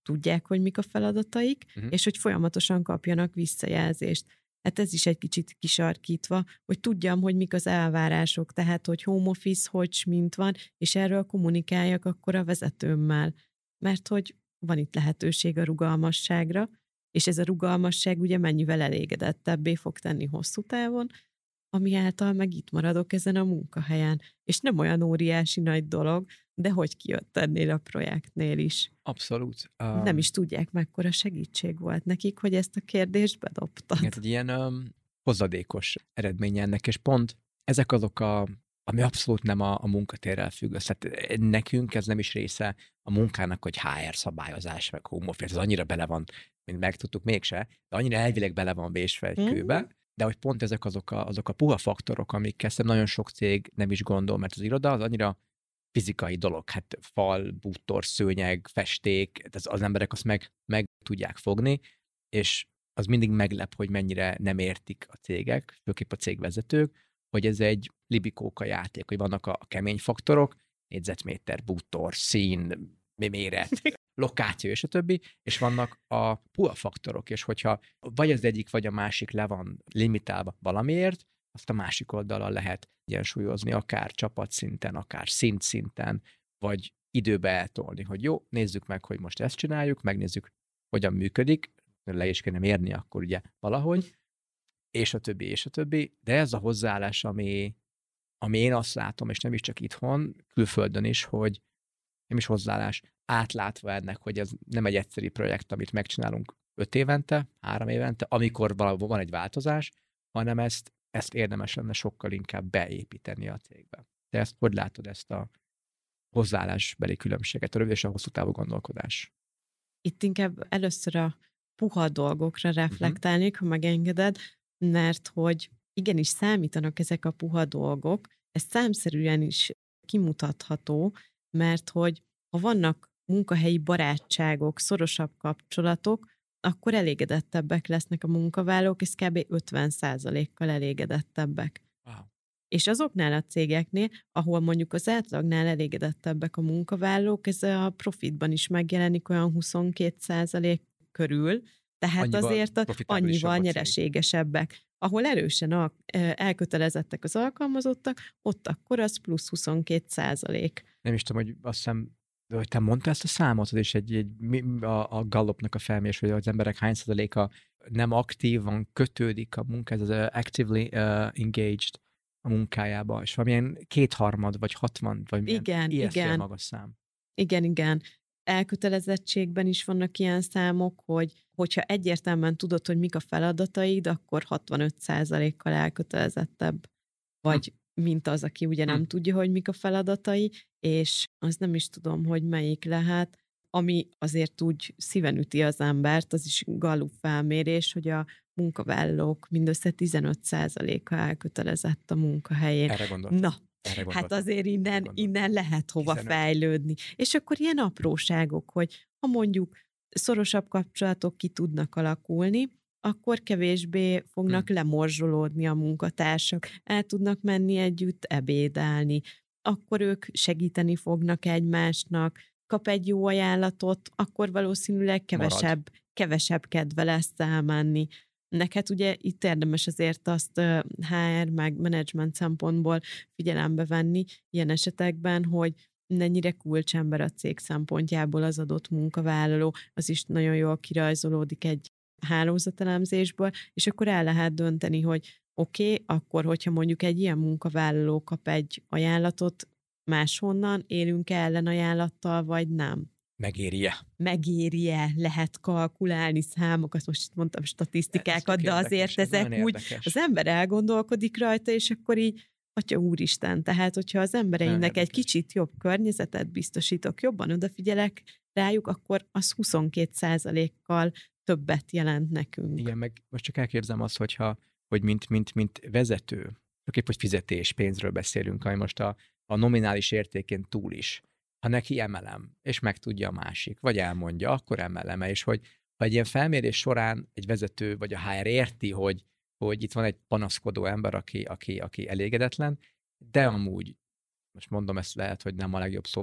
B: tudják, hogy mik a feladataik, uh-huh. és hogy folyamatosan kapjanak visszajelzést. Hát ez is egy kicsit kisarkítva, hogy tudjam, hogy mik az elvárások, tehát, hogy home office, hogy mint van, és erről kommunikáljak akkor a vezetőmmel. Mert hogy van itt lehetőség a rugalmasságra, és ez a rugalmasság ugye mennyivel elégedettebbé fog tenni hosszú távon, ami által meg itt maradok ezen a munkahelyen. És nem olyan óriási nagy dolog, de hogy kijött ennél a projektnél is.
A: Abszolút. Um,
B: nem is tudják, mekkora segítség volt nekik, hogy ezt a kérdést bedobtad.
A: Igen, egy ilyen um, hozadékos eredménye ennek, és pont ezek azok a, ami abszolút nem a, a munkatérrel függ össze. Tehát nekünk ez nem is része a munkának, hogy há er szabályozás, meg home office, ez annyira bele van, mint megtudtuk mégse, de annyira elvileg bele van vésve egy mm-hmm. kőbe, de hogy pont ezek azok a, azok a puha faktorok, amikkel szerintem nagyon sok cég nem is gondol, mert az iroda az annyira fizikai dolog, hát fal, bútor, szőnyeg, festék, az, az emberek azt meg, meg tudják fogni, és az mindig meglep, hogy mennyire nem értik a cégek, főképp a cégvezetők, hogy ez egy libikóka játék, hogy vannak a, a kemény faktorok, négyzetméter, bútor, szín, méret, lokáció és a többi, és vannak a puha faktorok, és hogyha vagy az egyik, vagy a másik le van limitálva valamiért, azt a másik oldalon lehet egyensúlyozni, akár csapatszinten, akár szintszinten, vagy időbe eltolni, hogy jó, nézzük meg, hogy most ezt csináljuk, megnézzük, hogyan működik, le is kéne mérni akkor ugye valahogy, és a többi, és a többi, de ez a hozzáállás, ami, ami én azt látom, és nem is csak itthon, külföldön is, hogy nem is hozzáállás, átlátva ennek, hogy ez nem egy egyszerű projekt, amit megcsinálunk öt évente, három évente, amikor valahol van egy változás, hanem ezt, ezt érdemes lenne sokkal inkább beépíteni a cégbe. De ezt hogy látod, ezt a hozzáállásbeli különbséget, a rövid és a hosszú távú gondolkodás?
B: Itt inkább először a puha dolgokra reflektálnék, uh-huh. ha megengeded, mert hogy igenis számítanak ezek a puha dolgok, ez számszerűen is kimutatható, mert hogy ha vannak munkahelyi barátságok, szorosabb kapcsolatok, akkor elégedettebbek lesznek a munkavállalók, ez kb. ötven százalékkal elégedettebbek.
A: Wow.
B: És azoknál a cégeknél, ahol mondjuk az átlagnál elégedettebbek a munkavállalók, ez a profitban is megjelenik olyan huszonkét százalék körül, tehát annyival azért a, annyival nyereségesebbek. Ahol erősen a, elkötelezettek az alkalmazottak, ott akkor az plusz huszonkét százalék.
A: Nem is tudom, hogy azt hiszem, hogy te mondtál ezt a számot, és egy, egy, a, a Gallupnak a felmérés, hogy az emberek hány százaléka nem aktívan kötődik a munkához, az actively uh, engaged a munkájába, és valamilyen kétharmad, vagy hatvan, vagy milyen
B: igen, igen.
A: magas szám.
B: Igen, igen. Elkötelezettségben is vannak ilyen számok, hogy hogyha egyértelműen tudod, hogy mik a feladataid, akkor hatvanöt százalékkal elkötelezettebb vagy, hm. mint az, aki ugye nem hm. tudja, hogy mik a feladatai, és az nem is tudom, hogy melyik lehet, ami azért úgy szíven üti az embert, az is Gallup felmérés, hogy a munkavállalók mindössze tizenöt százaléka elkötelezett a munkahelyén.
A: Erre gondoltam.
B: Na, hát azért innen, innen lehet hova tizenöt fejlődni. És akkor ilyen apróságok, hogy ha mondjuk szorosabb kapcsolatok ki tudnak alakulni, akkor kevésbé fognak hmm. lemorzsolódni a munkatársak, el tudnak menni együtt ebédelni, akkor ők segíteni fognak egymásnak, kap egy jó ajánlatot, akkor valószínűleg kevesebb, kevesebb kedve lesz elmenni. Neked ugye itt érdemes azért azt há er meg menedzsment szempontból figyelembe venni ilyen esetekben, hogy mennyire kulcsember a cég szempontjából az adott munkavállaló, az is nagyon jól kirajzolódik egy hálózatelemzésből, és akkor el lehet dönteni, hogy oké, okay, akkor hogyha mondjuk egy ilyen munkavállaló kap egy ajánlatot máshonnan, élünk ellenajánlattal, vagy nem.
A: Megéri-e?
B: Megéri-e, lehet kalkulálni számokat, most itt mondtam statisztikákat, de azért érdekes, ezek úgy, érdekes. Az ember elgondolkodik rajta, és akkor így, atya úristen, tehát hogyha az embereinek egy kicsit jobb környezetet biztosítok, jobban odafigyelek rájuk, akkor az huszonkét százalékkal többet jelent nekünk.
A: Igen, meg most csak elképzelem azt, hogyha, hogy mint, mint, mint vezető, csak hogy fizetés, pénzről beszélünk, ami most a, a nominális értékén túl is, ha neki emelem, és megtudja a másik, vagy elmondja, akkor emelem, és hogy ha egy ilyen felmérés során egy vezető, vagy a há er érti, hogy, hogy itt van egy panaszkodó ember, aki, aki, aki elégedetlen, de amúgy, most mondom ezt lehet, hogy nem a legjobb szóval,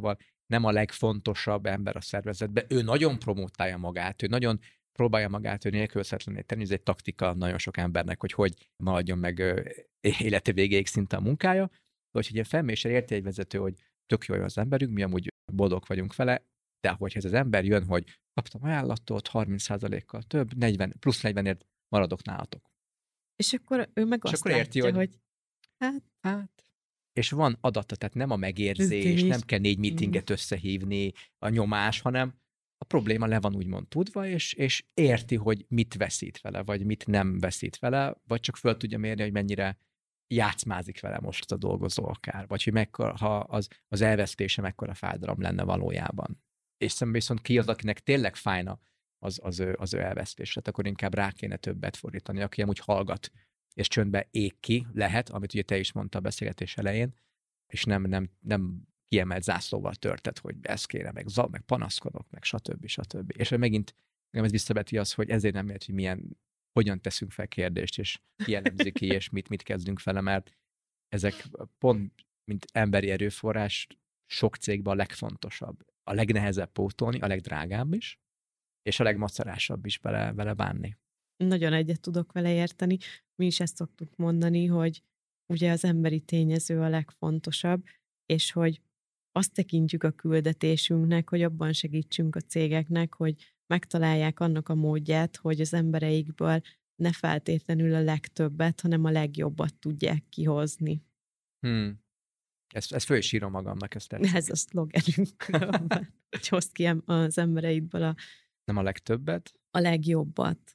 A: nem a legfontosabb ember a szervezetben. Ő nagyon promotálja magát, ő nagyon próbálja magát ő nélkülözhetetlenné tenni, ez egy taktika nagyon sok embernek, hogy hogy maradjon meg élete végéig szinte a munkája. De hogyha ilyen felmérésre érti egy vezető, hogy tök jó az emberünk, mi amúgy boldog vagyunk vele, de hogyha ez az ember jön, hogy kaptam ajánlatot, harminc százalékkal több, negyven, plusz negyvenért maradok nálatok.
B: És akkor ő meg
A: és
B: azt
A: akkor érti,
B: látja,
A: hogy,
B: hogy hát,
A: hát, és van adata, tehát nem a megérzés, nem kell négy meetinget összehívni, a nyomás, hanem a probléma le van úgymond tudva, és, és érti, hogy mit veszít vele, vagy mit nem veszít vele, vagy csak föl tudja mérni, hogy mennyire játszmázik vele most a dolgozó akár, vagy hogy mekkora, ha az, az elvesztése mekkora fájdalom lenne valójában. És szemben viszont ki az, akinek tényleg fájna az, az, ő, az ő elvesztés, tehát akkor inkább rá kéne többet fordítani, aki amúgy hallgat, és csöndbe ég ki, lehet, amit ugye te is mondta a beszélgetés elején, és nem, nem, nem kiemelt zászlóval törtet, hogy ez kéne, meg, zav, meg panaszkodok, meg stb. stb. És megint ez visszaveti az, hogy ezért nem ért, hogy milyen, hogyan teszünk fel kérdést, és ki elemzi ki, és mit, mit kezdünk vele, mert ezek pont, mint emberi erőforrás, sok cégben a legfontosabb, a legnehezebb pótolni, a legdrágább is, és a legmacerásabb is vele, vele bánni.
B: Nagyon egyet tudok vele érteni. Mi is ezt szoktuk mondani, hogy ugye az emberi tényező a legfontosabb, és hogy azt tekintjük a küldetésünknek, hogy abban segítsünk a cégeknek, hogy megtalálják annak a módját, hogy az embereikből ne feltétlenül a legtöbbet, hanem a legjobbat tudják kihozni.
A: Hmm. Ezt, ezt föl is írom magamnak, ezt tetszik.
B: Ez a szlogenünk, hogy hozd ki az embereidből a...
A: Nem a legtöbbet?
B: A legjobbat.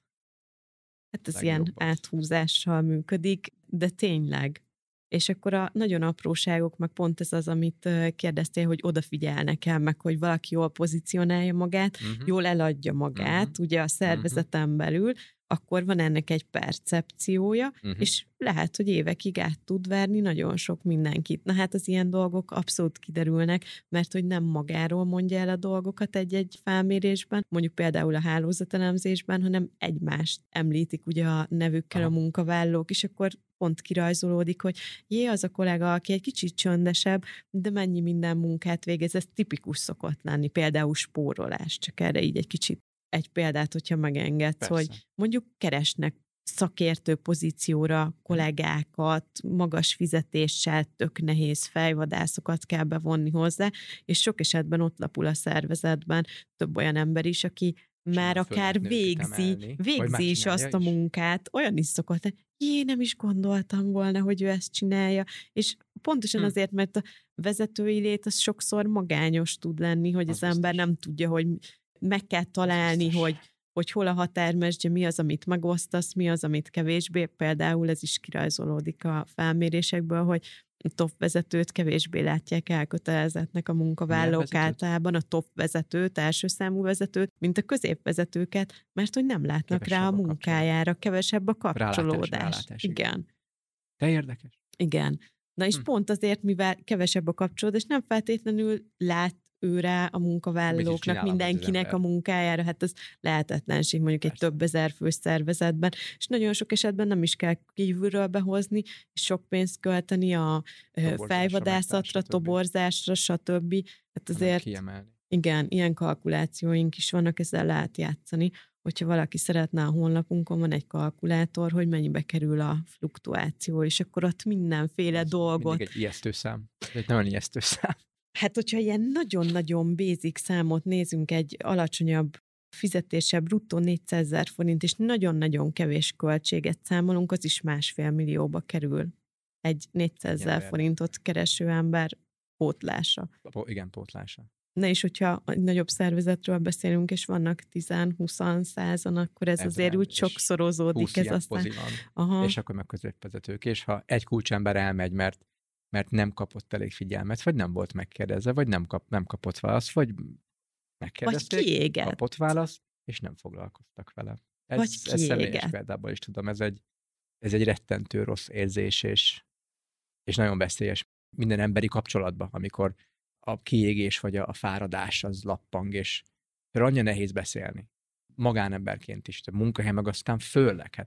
B: Hát ez
A: legjobbat.
B: Ilyen áthúzással működik, de tényleg. És akkor a nagyon apróságok, meg pont ez az, amit kérdeztél, hogy odafigyelnek el, meg hogy valaki jól pozícionálja magát, uh-huh. jól eladja magát, uh-huh. ugye a szervezeten uh-huh. belül, akkor van ennek egy percepciója, uh-huh. és lehet, hogy évekig át tud verni nagyon sok mindenkit. Na hát az ilyen dolgok abszolút kiderülnek, mert hogy nem magáról mondja el a dolgokat egy-egy felmérésben, mondjuk például a hálózatelemzésben, hanem egymást említik ugye a nevükkel Aha. a munkavállalók, és akkor pont kirajzolódik, hogy jé, az a kollega, aki egy kicsit csöndesebb, de mennyi minden munkát végez, ez tipikus szokott lenni, például spórolás, csak erre így egy kicsit egy példát, hogyha megengedsz, Persze. hogy mondjuk keresnek szakértő pozícióra kollégákat, magas fizetéssel, tök nehéz fejvadászokat kell bevonni hozzá, és sok esetben ott lapul a szervezetben több olyan ember is, aki és már akár végzi, emelni, végzi is azt a munkát, is. Olyan is szokott lenni, jé, nem is gondoltam volna, hogy ő ezt csinálja, és pontosan hm. azért, mert a vezetői lét az sokszor magányos tud lenni, hogy az, az ember nem tudja, hogy meg kell találni, hogy, hogy hol a határmesdje, mi az, amit megosztasz, mi az, amit kevésbé. Például ez is kirajzolódik a felmérésekből, hogy a top vezetőt kevésbé látják elkötelezettnek a munkavállalók általában, a top vezetőt, első számú vezetőt, mint a középvezetőket, mert hogy nem látnak kevesebb rá a munkájára, kevesebb a kapcsolódás. Rálátás, rálátás, igen.
A: De érdekes.
B: Igen. Na és hm. pont azért, mivel kevesebb a kapcsolódás, nem feltétlenül lát ő rá a munkavállalóknak, mindenkinek a munkájára, hát ez lehetetlenség mondjuk Persze. egy több ezer fős szervezetben, és nagyon sok esetben nem is kell kívülről behozni, és sok pénzt költeni a toborzásra, fejvadászatra, toborzásra, stb. Hát azért igen, ilyen kalkulációink is vannak, ezzel lehet játszani. Hogyha valaki szeretne, a honlapunkon van egy kalkulátor, hogy mennyibe kerül a fluktuáció, és akkor ott mindenféle ez dolgot...
A: Mindig egy ijesztő szám. Egy nagyon ijesztő szám.
B: Hát, hogyha ilyen nagyon-nagyon basic számot nézünk, egy alacsonyabb fizetése, bruttó négyszázezer forint, és nagyon-nagyon kevés költséget számolunk, az is másfél millióba kerül egy négyszázezer forintot kereső ember pótlása.
A: Igen, pótlása.
B: Na és hogyha egy nagyobb szervezetről beszélünk, és vannak tíz-húsz százan, akkor ez, ez azért úgy sokszorozódik. Ez aztán...
A: Aha. És akkor meg középvezetők. És ha egy kulcsember elmegy, mert mert nem kapott elég figyelmet, vagy nem volt megkérdezve, vagy nem, kap, nem kapott választ, vagy megkérdezték, vagy kapott választ, és nem foglalkoztak vele. Ez, vagy ez személyes példából is tudom, ez egy, ez egy rettentő rossz érzés, és, és nagyon veszélyes minden emberi kapcsolatban, amikor a kiégés vagy a, a fáradás az lappang, és annyira nehéz beszélni. Magánemberként is, a munkahely meg aztán főleg. Hát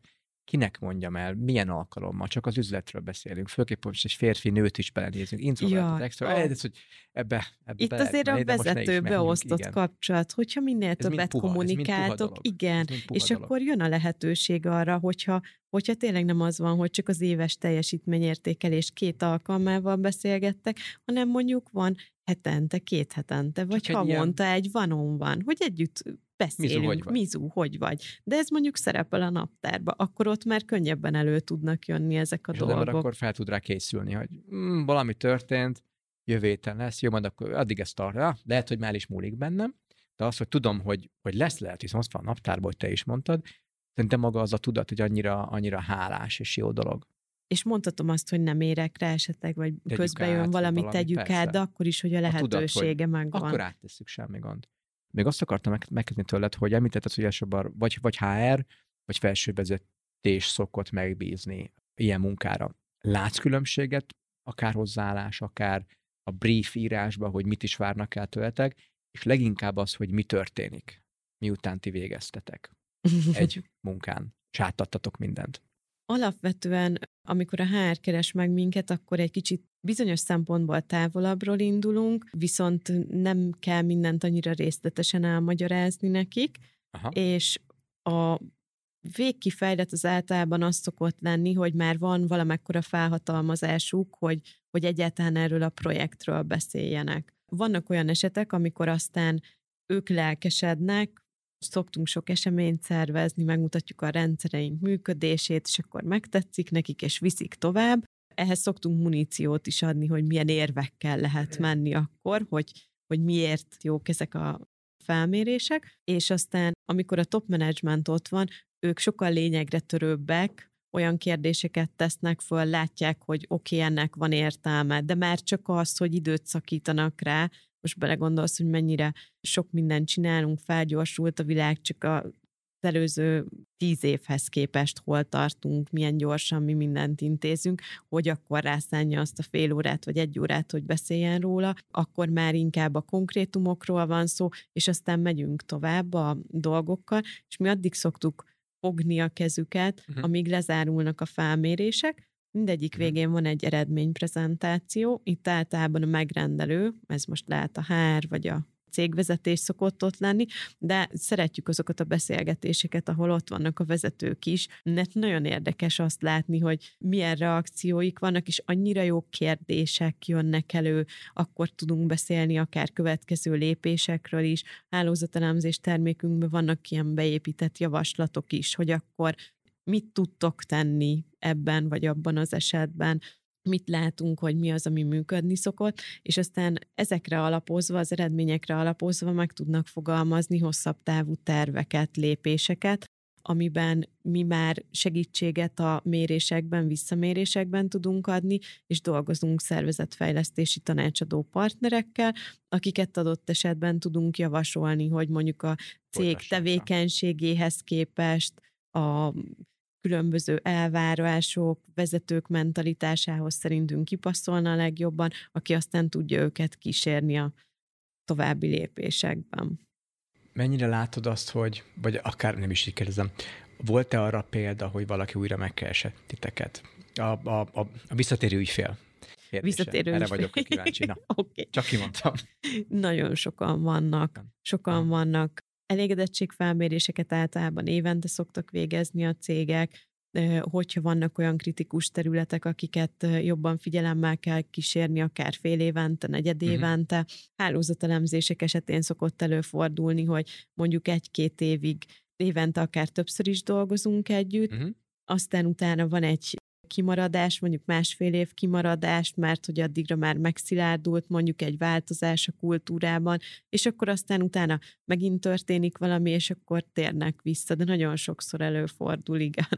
A: kinek mondjam el, milyen alkalommal, csak az üzletről beszélünk, főképp, hogy egy férfi-nőt is belenézünk, introvertot, ja, extra, oh. ez, hogy ebbe, ebbe
B: itt azért a vezető beosztott kapcsolat, hogyha minél ez többet puha, kommunikáltok, igen, és dolog. Akkor jön a lehetőség arra, hogyha, hogyha tényleg nem az van, hogy csak az éves teljesítményértékelés két alkalmával beszélgettek, hanem mondjuk van hetente, két hetente, vagy csak havonta egy, egy van-on-van, hogy együtt beszélünk, Mizu hogy, vagy. Mizu, hogy vagy. De ez mondjuk szerepel a naptárba, akkor ott már könnyebben elő tudnak jönni ezek a
A: és
B: dolgok. És
A: akkor fel tud rá készülni, hogy mm, valami történt, jövő héten lesz, jó, majd akkor addig ezt tartja, lehet, hogy már is múlik bennem, de az, hogy tudom, hogy, hogy lesz lehet, hiszen ott van a naptárban, hogy te is mondtad, szerintem maga az a tudat, hogy annyira, annyira hálás és jó dolog.
B: És mondhatom azt, hogy nem érek rá esetleg, vagy tegyük közben jön valami, valami, tegyük persze. át, de akkor is, hogy a lehetősége a tudat, megvan.
A: Akkor áttesszük, semmi gond. Még azt akartam megkezdeni tőled, hogy említetted, hogy elsősorban vagy, vagy há er, vagy felsővezetés szokott megbízni ilyen munkára. Látsz különbséget, akár hozzáállás, akár a brief írásban, hogy mit is várnak el tőletek, és leginkább az, hogy mi történik, miután ti végeztetek egy munkán, és átadtatok mindent.
B: Alapvetően, amikor a há er keres meg minket, akkor egy kicsit bizonyos szempontból távolabbról indulunk, viszont nem kell mindent annyira részletesen elmagyarázni nekik, aha. És a végkifejlet az általában az szokott lenni, hogy már van valamekkora felhatalmazásuk, hogy, hogy egyáltalán erről a projektről beszéljenek. Vannak olyan esetek, amikor aztán ők lelkesednek, szoktunk sok eseményt szervezni, megmutatjuk a rendszereink működését, és akkor megtetszik nekik, és viszik tovább. Ehhez szoktunk muníciót is adni, hogy milyen érvekkel lehet menni akkor, hogy, hogy miért jók ezek a felmérések, és aztán, amikor a top management ott van, ők sokkal lényegre törőbbek, olyan kérdéseket tesznek föl, látják, hogy oké, okay, ennek van értelme, de már csak az, hogy időt szakítanak rá, most belegondolsz, hogy mennyire sok mindent csinálunk, felgyorsult a világ, csak az előző tíz évhez képest hol tartunk, milyen gyorsan mi mindent intézünk, hogy akkor rászánja azt a fél órát, vagy egy órát, hogy beszéljen róla, akkor már inkább a konkrétumokról van szó, és aztán megyünk tovább a dolgokkal, és mi addig szoktuk fogni a kezüket, uh-huh. amíg lezárulnak a felmérések. Mindegyik végén van egy eredményprezentáció, itt általában a megrendelő, ez most lehet a há er vagy a cégvezetés szokott ott lenni, de szeretjük azokat a beszélgetéseket, ahol ott vannak a vezetők is, mert nagyon érdekes azt látni, hogy milyen reakcióik vannak, és annyira jó kérdések jönnek elő, akkor tudunk beszélni akár következő lépésekről is. Hálózatelemzés termékünkben vannak ilyen beépített javaslatok is, hogy akkor mit tudtok tenni ebben vagy abban az esetben, mit látunk, hogy mi az, ami működni szokott, és aztán ezekre alapozva, az eredményekre alapozva meg tudnak fogalmazni hosszabb távú terveket, lépéseket, amiben mi már segítséget a mérésekben, visszamérésekben tudunk adni, és dolgozunk szervezetfejlesztési tanácsadó partnerekkel, akiket adott esetben tudunk javasolni, hogy mondjuk a cég tevékenységéhez képest a különböző elvárások, vezetők mentalitásához szerintünk kipasszolna a legjobban, aki aztán tudja őket kísérni a további lépésekben.
A: Mennyire látod azt, hogy, vagy akár nem is így kérdezem, volt-e arra példa, hogy valaki újra megkeresett titeket? A, a, a, a visszatérő ügyfél.
B: Visszatérő
A: Erre vagyok kíváncsi. Na, okay. Csak kimondtam.
B: Nagyon sokan vannak. Sokan ha. vannak. Elégedettségfelméréseket általában évente szoktak végezni a cégek, hogyha vannak olyan kritikus területek, akiket jobban figyelemmel kell kísérni, akár fél évente, negyed évente. Uh-huh. Hálózatelemzések esetén szokott előfordulni, hogy mondjuk egy-két évig évente akár többször is dolgozunk együtt, uh-huh. aztán utána van egy kimaradás, mondjuk másfél év kimaradás, mert hogy addigra már megszilárdult mondjuk egy változás a kultúrában, és akkor aztán utána megint történik valami, és akkor térnek vissza, de nagyon sokszor előfordul, igen.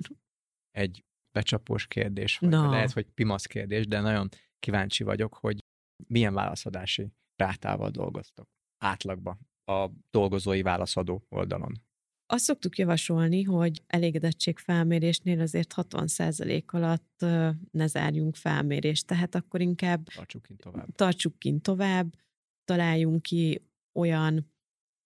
A: Egy becsapós kérdés, vagy no. lehet, hogy pimasz kérdés, de nagyon kíváncsi vagyok, hogy milyen válaszadási rátával dolgoztok átlagban a dolgozói válaszadó oldalon.
B: Azt szoktuk javasolni, hogy elégedettségfelmérésnél azért hatvan százalék alatt ne zárjunk felmérést, tehát akkor inkább
A: tartsuk kint tovább.
B: Tartsuk kint tovább, találjunk ki olyan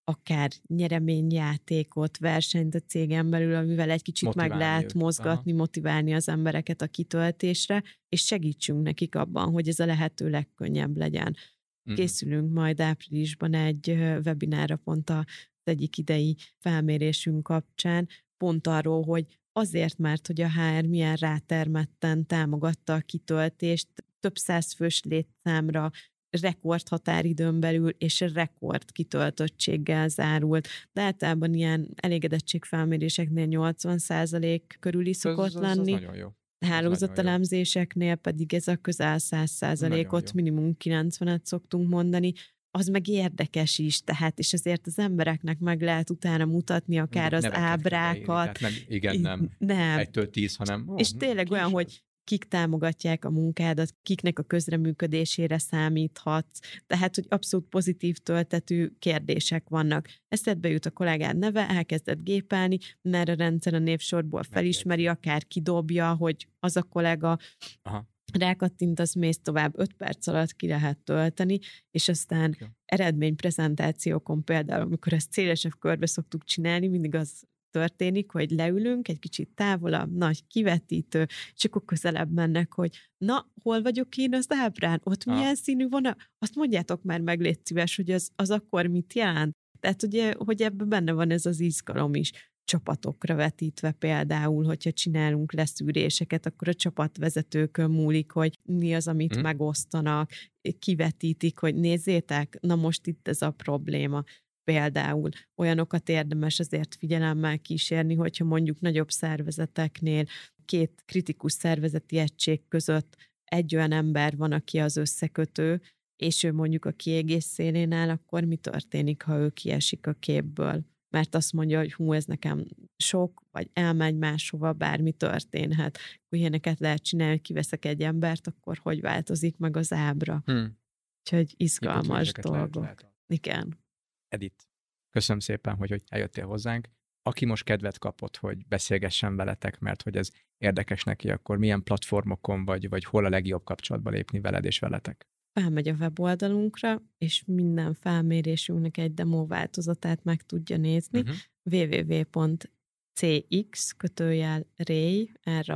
B: akár nyereményjátékot, versenyt a cégen belül, amivel egy kicsit motiválni meg lehet ők. mozgatni, Aha. motiválni az embereket a kitöltésre, és segítsünk nekik abban, hogy ez a lehető legkönnyebb legyen. Mm. Készülünk majd áprilisban egy webinárra pont az egyik idei felmérésünk kapcsán, pont arról, hogy azért, mert hogy a há er milyen rátermetten támogatta a kitöltést, több száz fős létszámra, rekord határidőn belül és rekord kitöltöttséggel zárult. De általában ilyen elégedettségfelméréseknél nyolcvan százalék körüli szokott ez, ez, ez lenni.
A: Nagyon jó.
B: Hálózatelemzéseknél pedig ez a közel száz százalékot, minimum kilencvenet szoktunk mondani. Az meg érdekes is, tehát, és azért az embereknek meg lehet utána mutatni akár az ábrákat.
A: Nem, igen, nem.
B: nem.
A: Egytől tíz, hanem...
B: Oh, és tényleg olyan, az? hogy kik támogatják a munkádat, kiknek a közreműködésére számíthatsz, tehát, hogy abszolút pozitív töltetű kérdések vannak. Eszedbe jut a kollégád neve, elkezdett gépelni, mert a rendszer a névsorból felismeri, akár kidobja, hogy az a kollega... Aha. Rákattintasz, mész tovább, öt perc alatt ki lehet tölteni, és aztán okay. eredményprezentációkon például, amikor ezt szélesebb körbe szoktuk csinálni, mindig az történik, hogy leülünk egy kicsit távolabb, nagy kivetítő, és akkor közelebb mennek, hogy na, hol vagyok én az ábrán? Ott ah. milyen színű vonal? Azt mondjátok már meg, légy szíves, hogy az, az akkor mit jelent? Tehát ugye, hogy ebben benne van ez az izgalom is. Csapatokra vetítve például, hogyha csinálunk leszűréseket, akkor a csapatvezetőkön múlik, hogy mi az, amit hmm. megosztanak, kivetítik, hogy nézzétek, na most itt ez a probléma. Például olyanokat érdemes azért figyelemmel kísérni, hogyha mondjuk nagyobb szervezeteknél két kritikus szervezeti egység között egy olyan ember van, aki az összekötő, és ő mondjuk a kiégés szélén áll, akkor mi történik, ha ő kiesik a képből? Mert azt mondja, hogy hú, ez nekem sok, vagy elmegy máshova, bármi történhet. Akkor ilyeneket lehet csinálni, hogy kiveszek egy embert, akkor hogy változik meg az ábra. Hmm. Úgyhogy izgalmas dolgok. Lehet, lehet. Igen.
A: Edith, köszönöm szépen, hogy, hogy eljöttél hozzánk. Aki most kedvet kapott, hogy beszélgessen veletek, mert hogy ez érdekes neki, akkor milyen platformokon vagy, vagy hol a legjobb kapcsolatba lépni veled és veletek?
B: Felmegy a weboldalunkra, és minden felmérésünknek egy demo változatát meg tudja nézni. Uh-huh. double-u double-u double-u pont c x kötőjel ray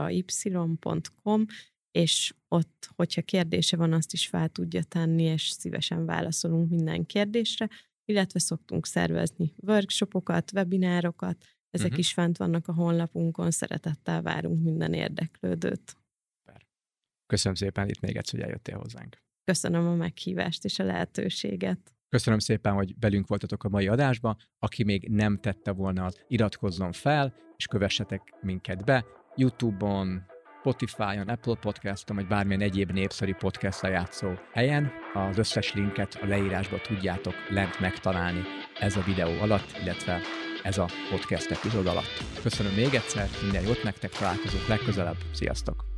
B: pont com, és ott, hogyha kérdése van, azt is fel tudja tenni, és szívesen válaszolunk minden kérdésre, illetve szoktunk szervezni workshopokat, webinárokat, ezek uh-huh. is fent vannak a honlapunkon, szeretettel várunk minden érdeklődőt.
A: Köszönöm szépen itt még egyszer, hogy eljöttél hozzánk.
B: Köszönöm a meghívást és a lehetőséget.
A: Köszönöm szépen, hogy velünk voltatok a mai adásban. Aki még nem tette volna, az iratkozzon fel, és kövessetek minket be YouTube-on, Spotify-on, Apple Podcast-on, vagy bármilyen egyéb népszerű podcast-a játszó helyen. Az összes linket a leírásban tudjátok lent megtalálni ez a videó alatt, illetve ez a podcast epizód alatt. Köszönöm még egyszer, minden jót nektek, találkozunk legközelebb, sziasztok!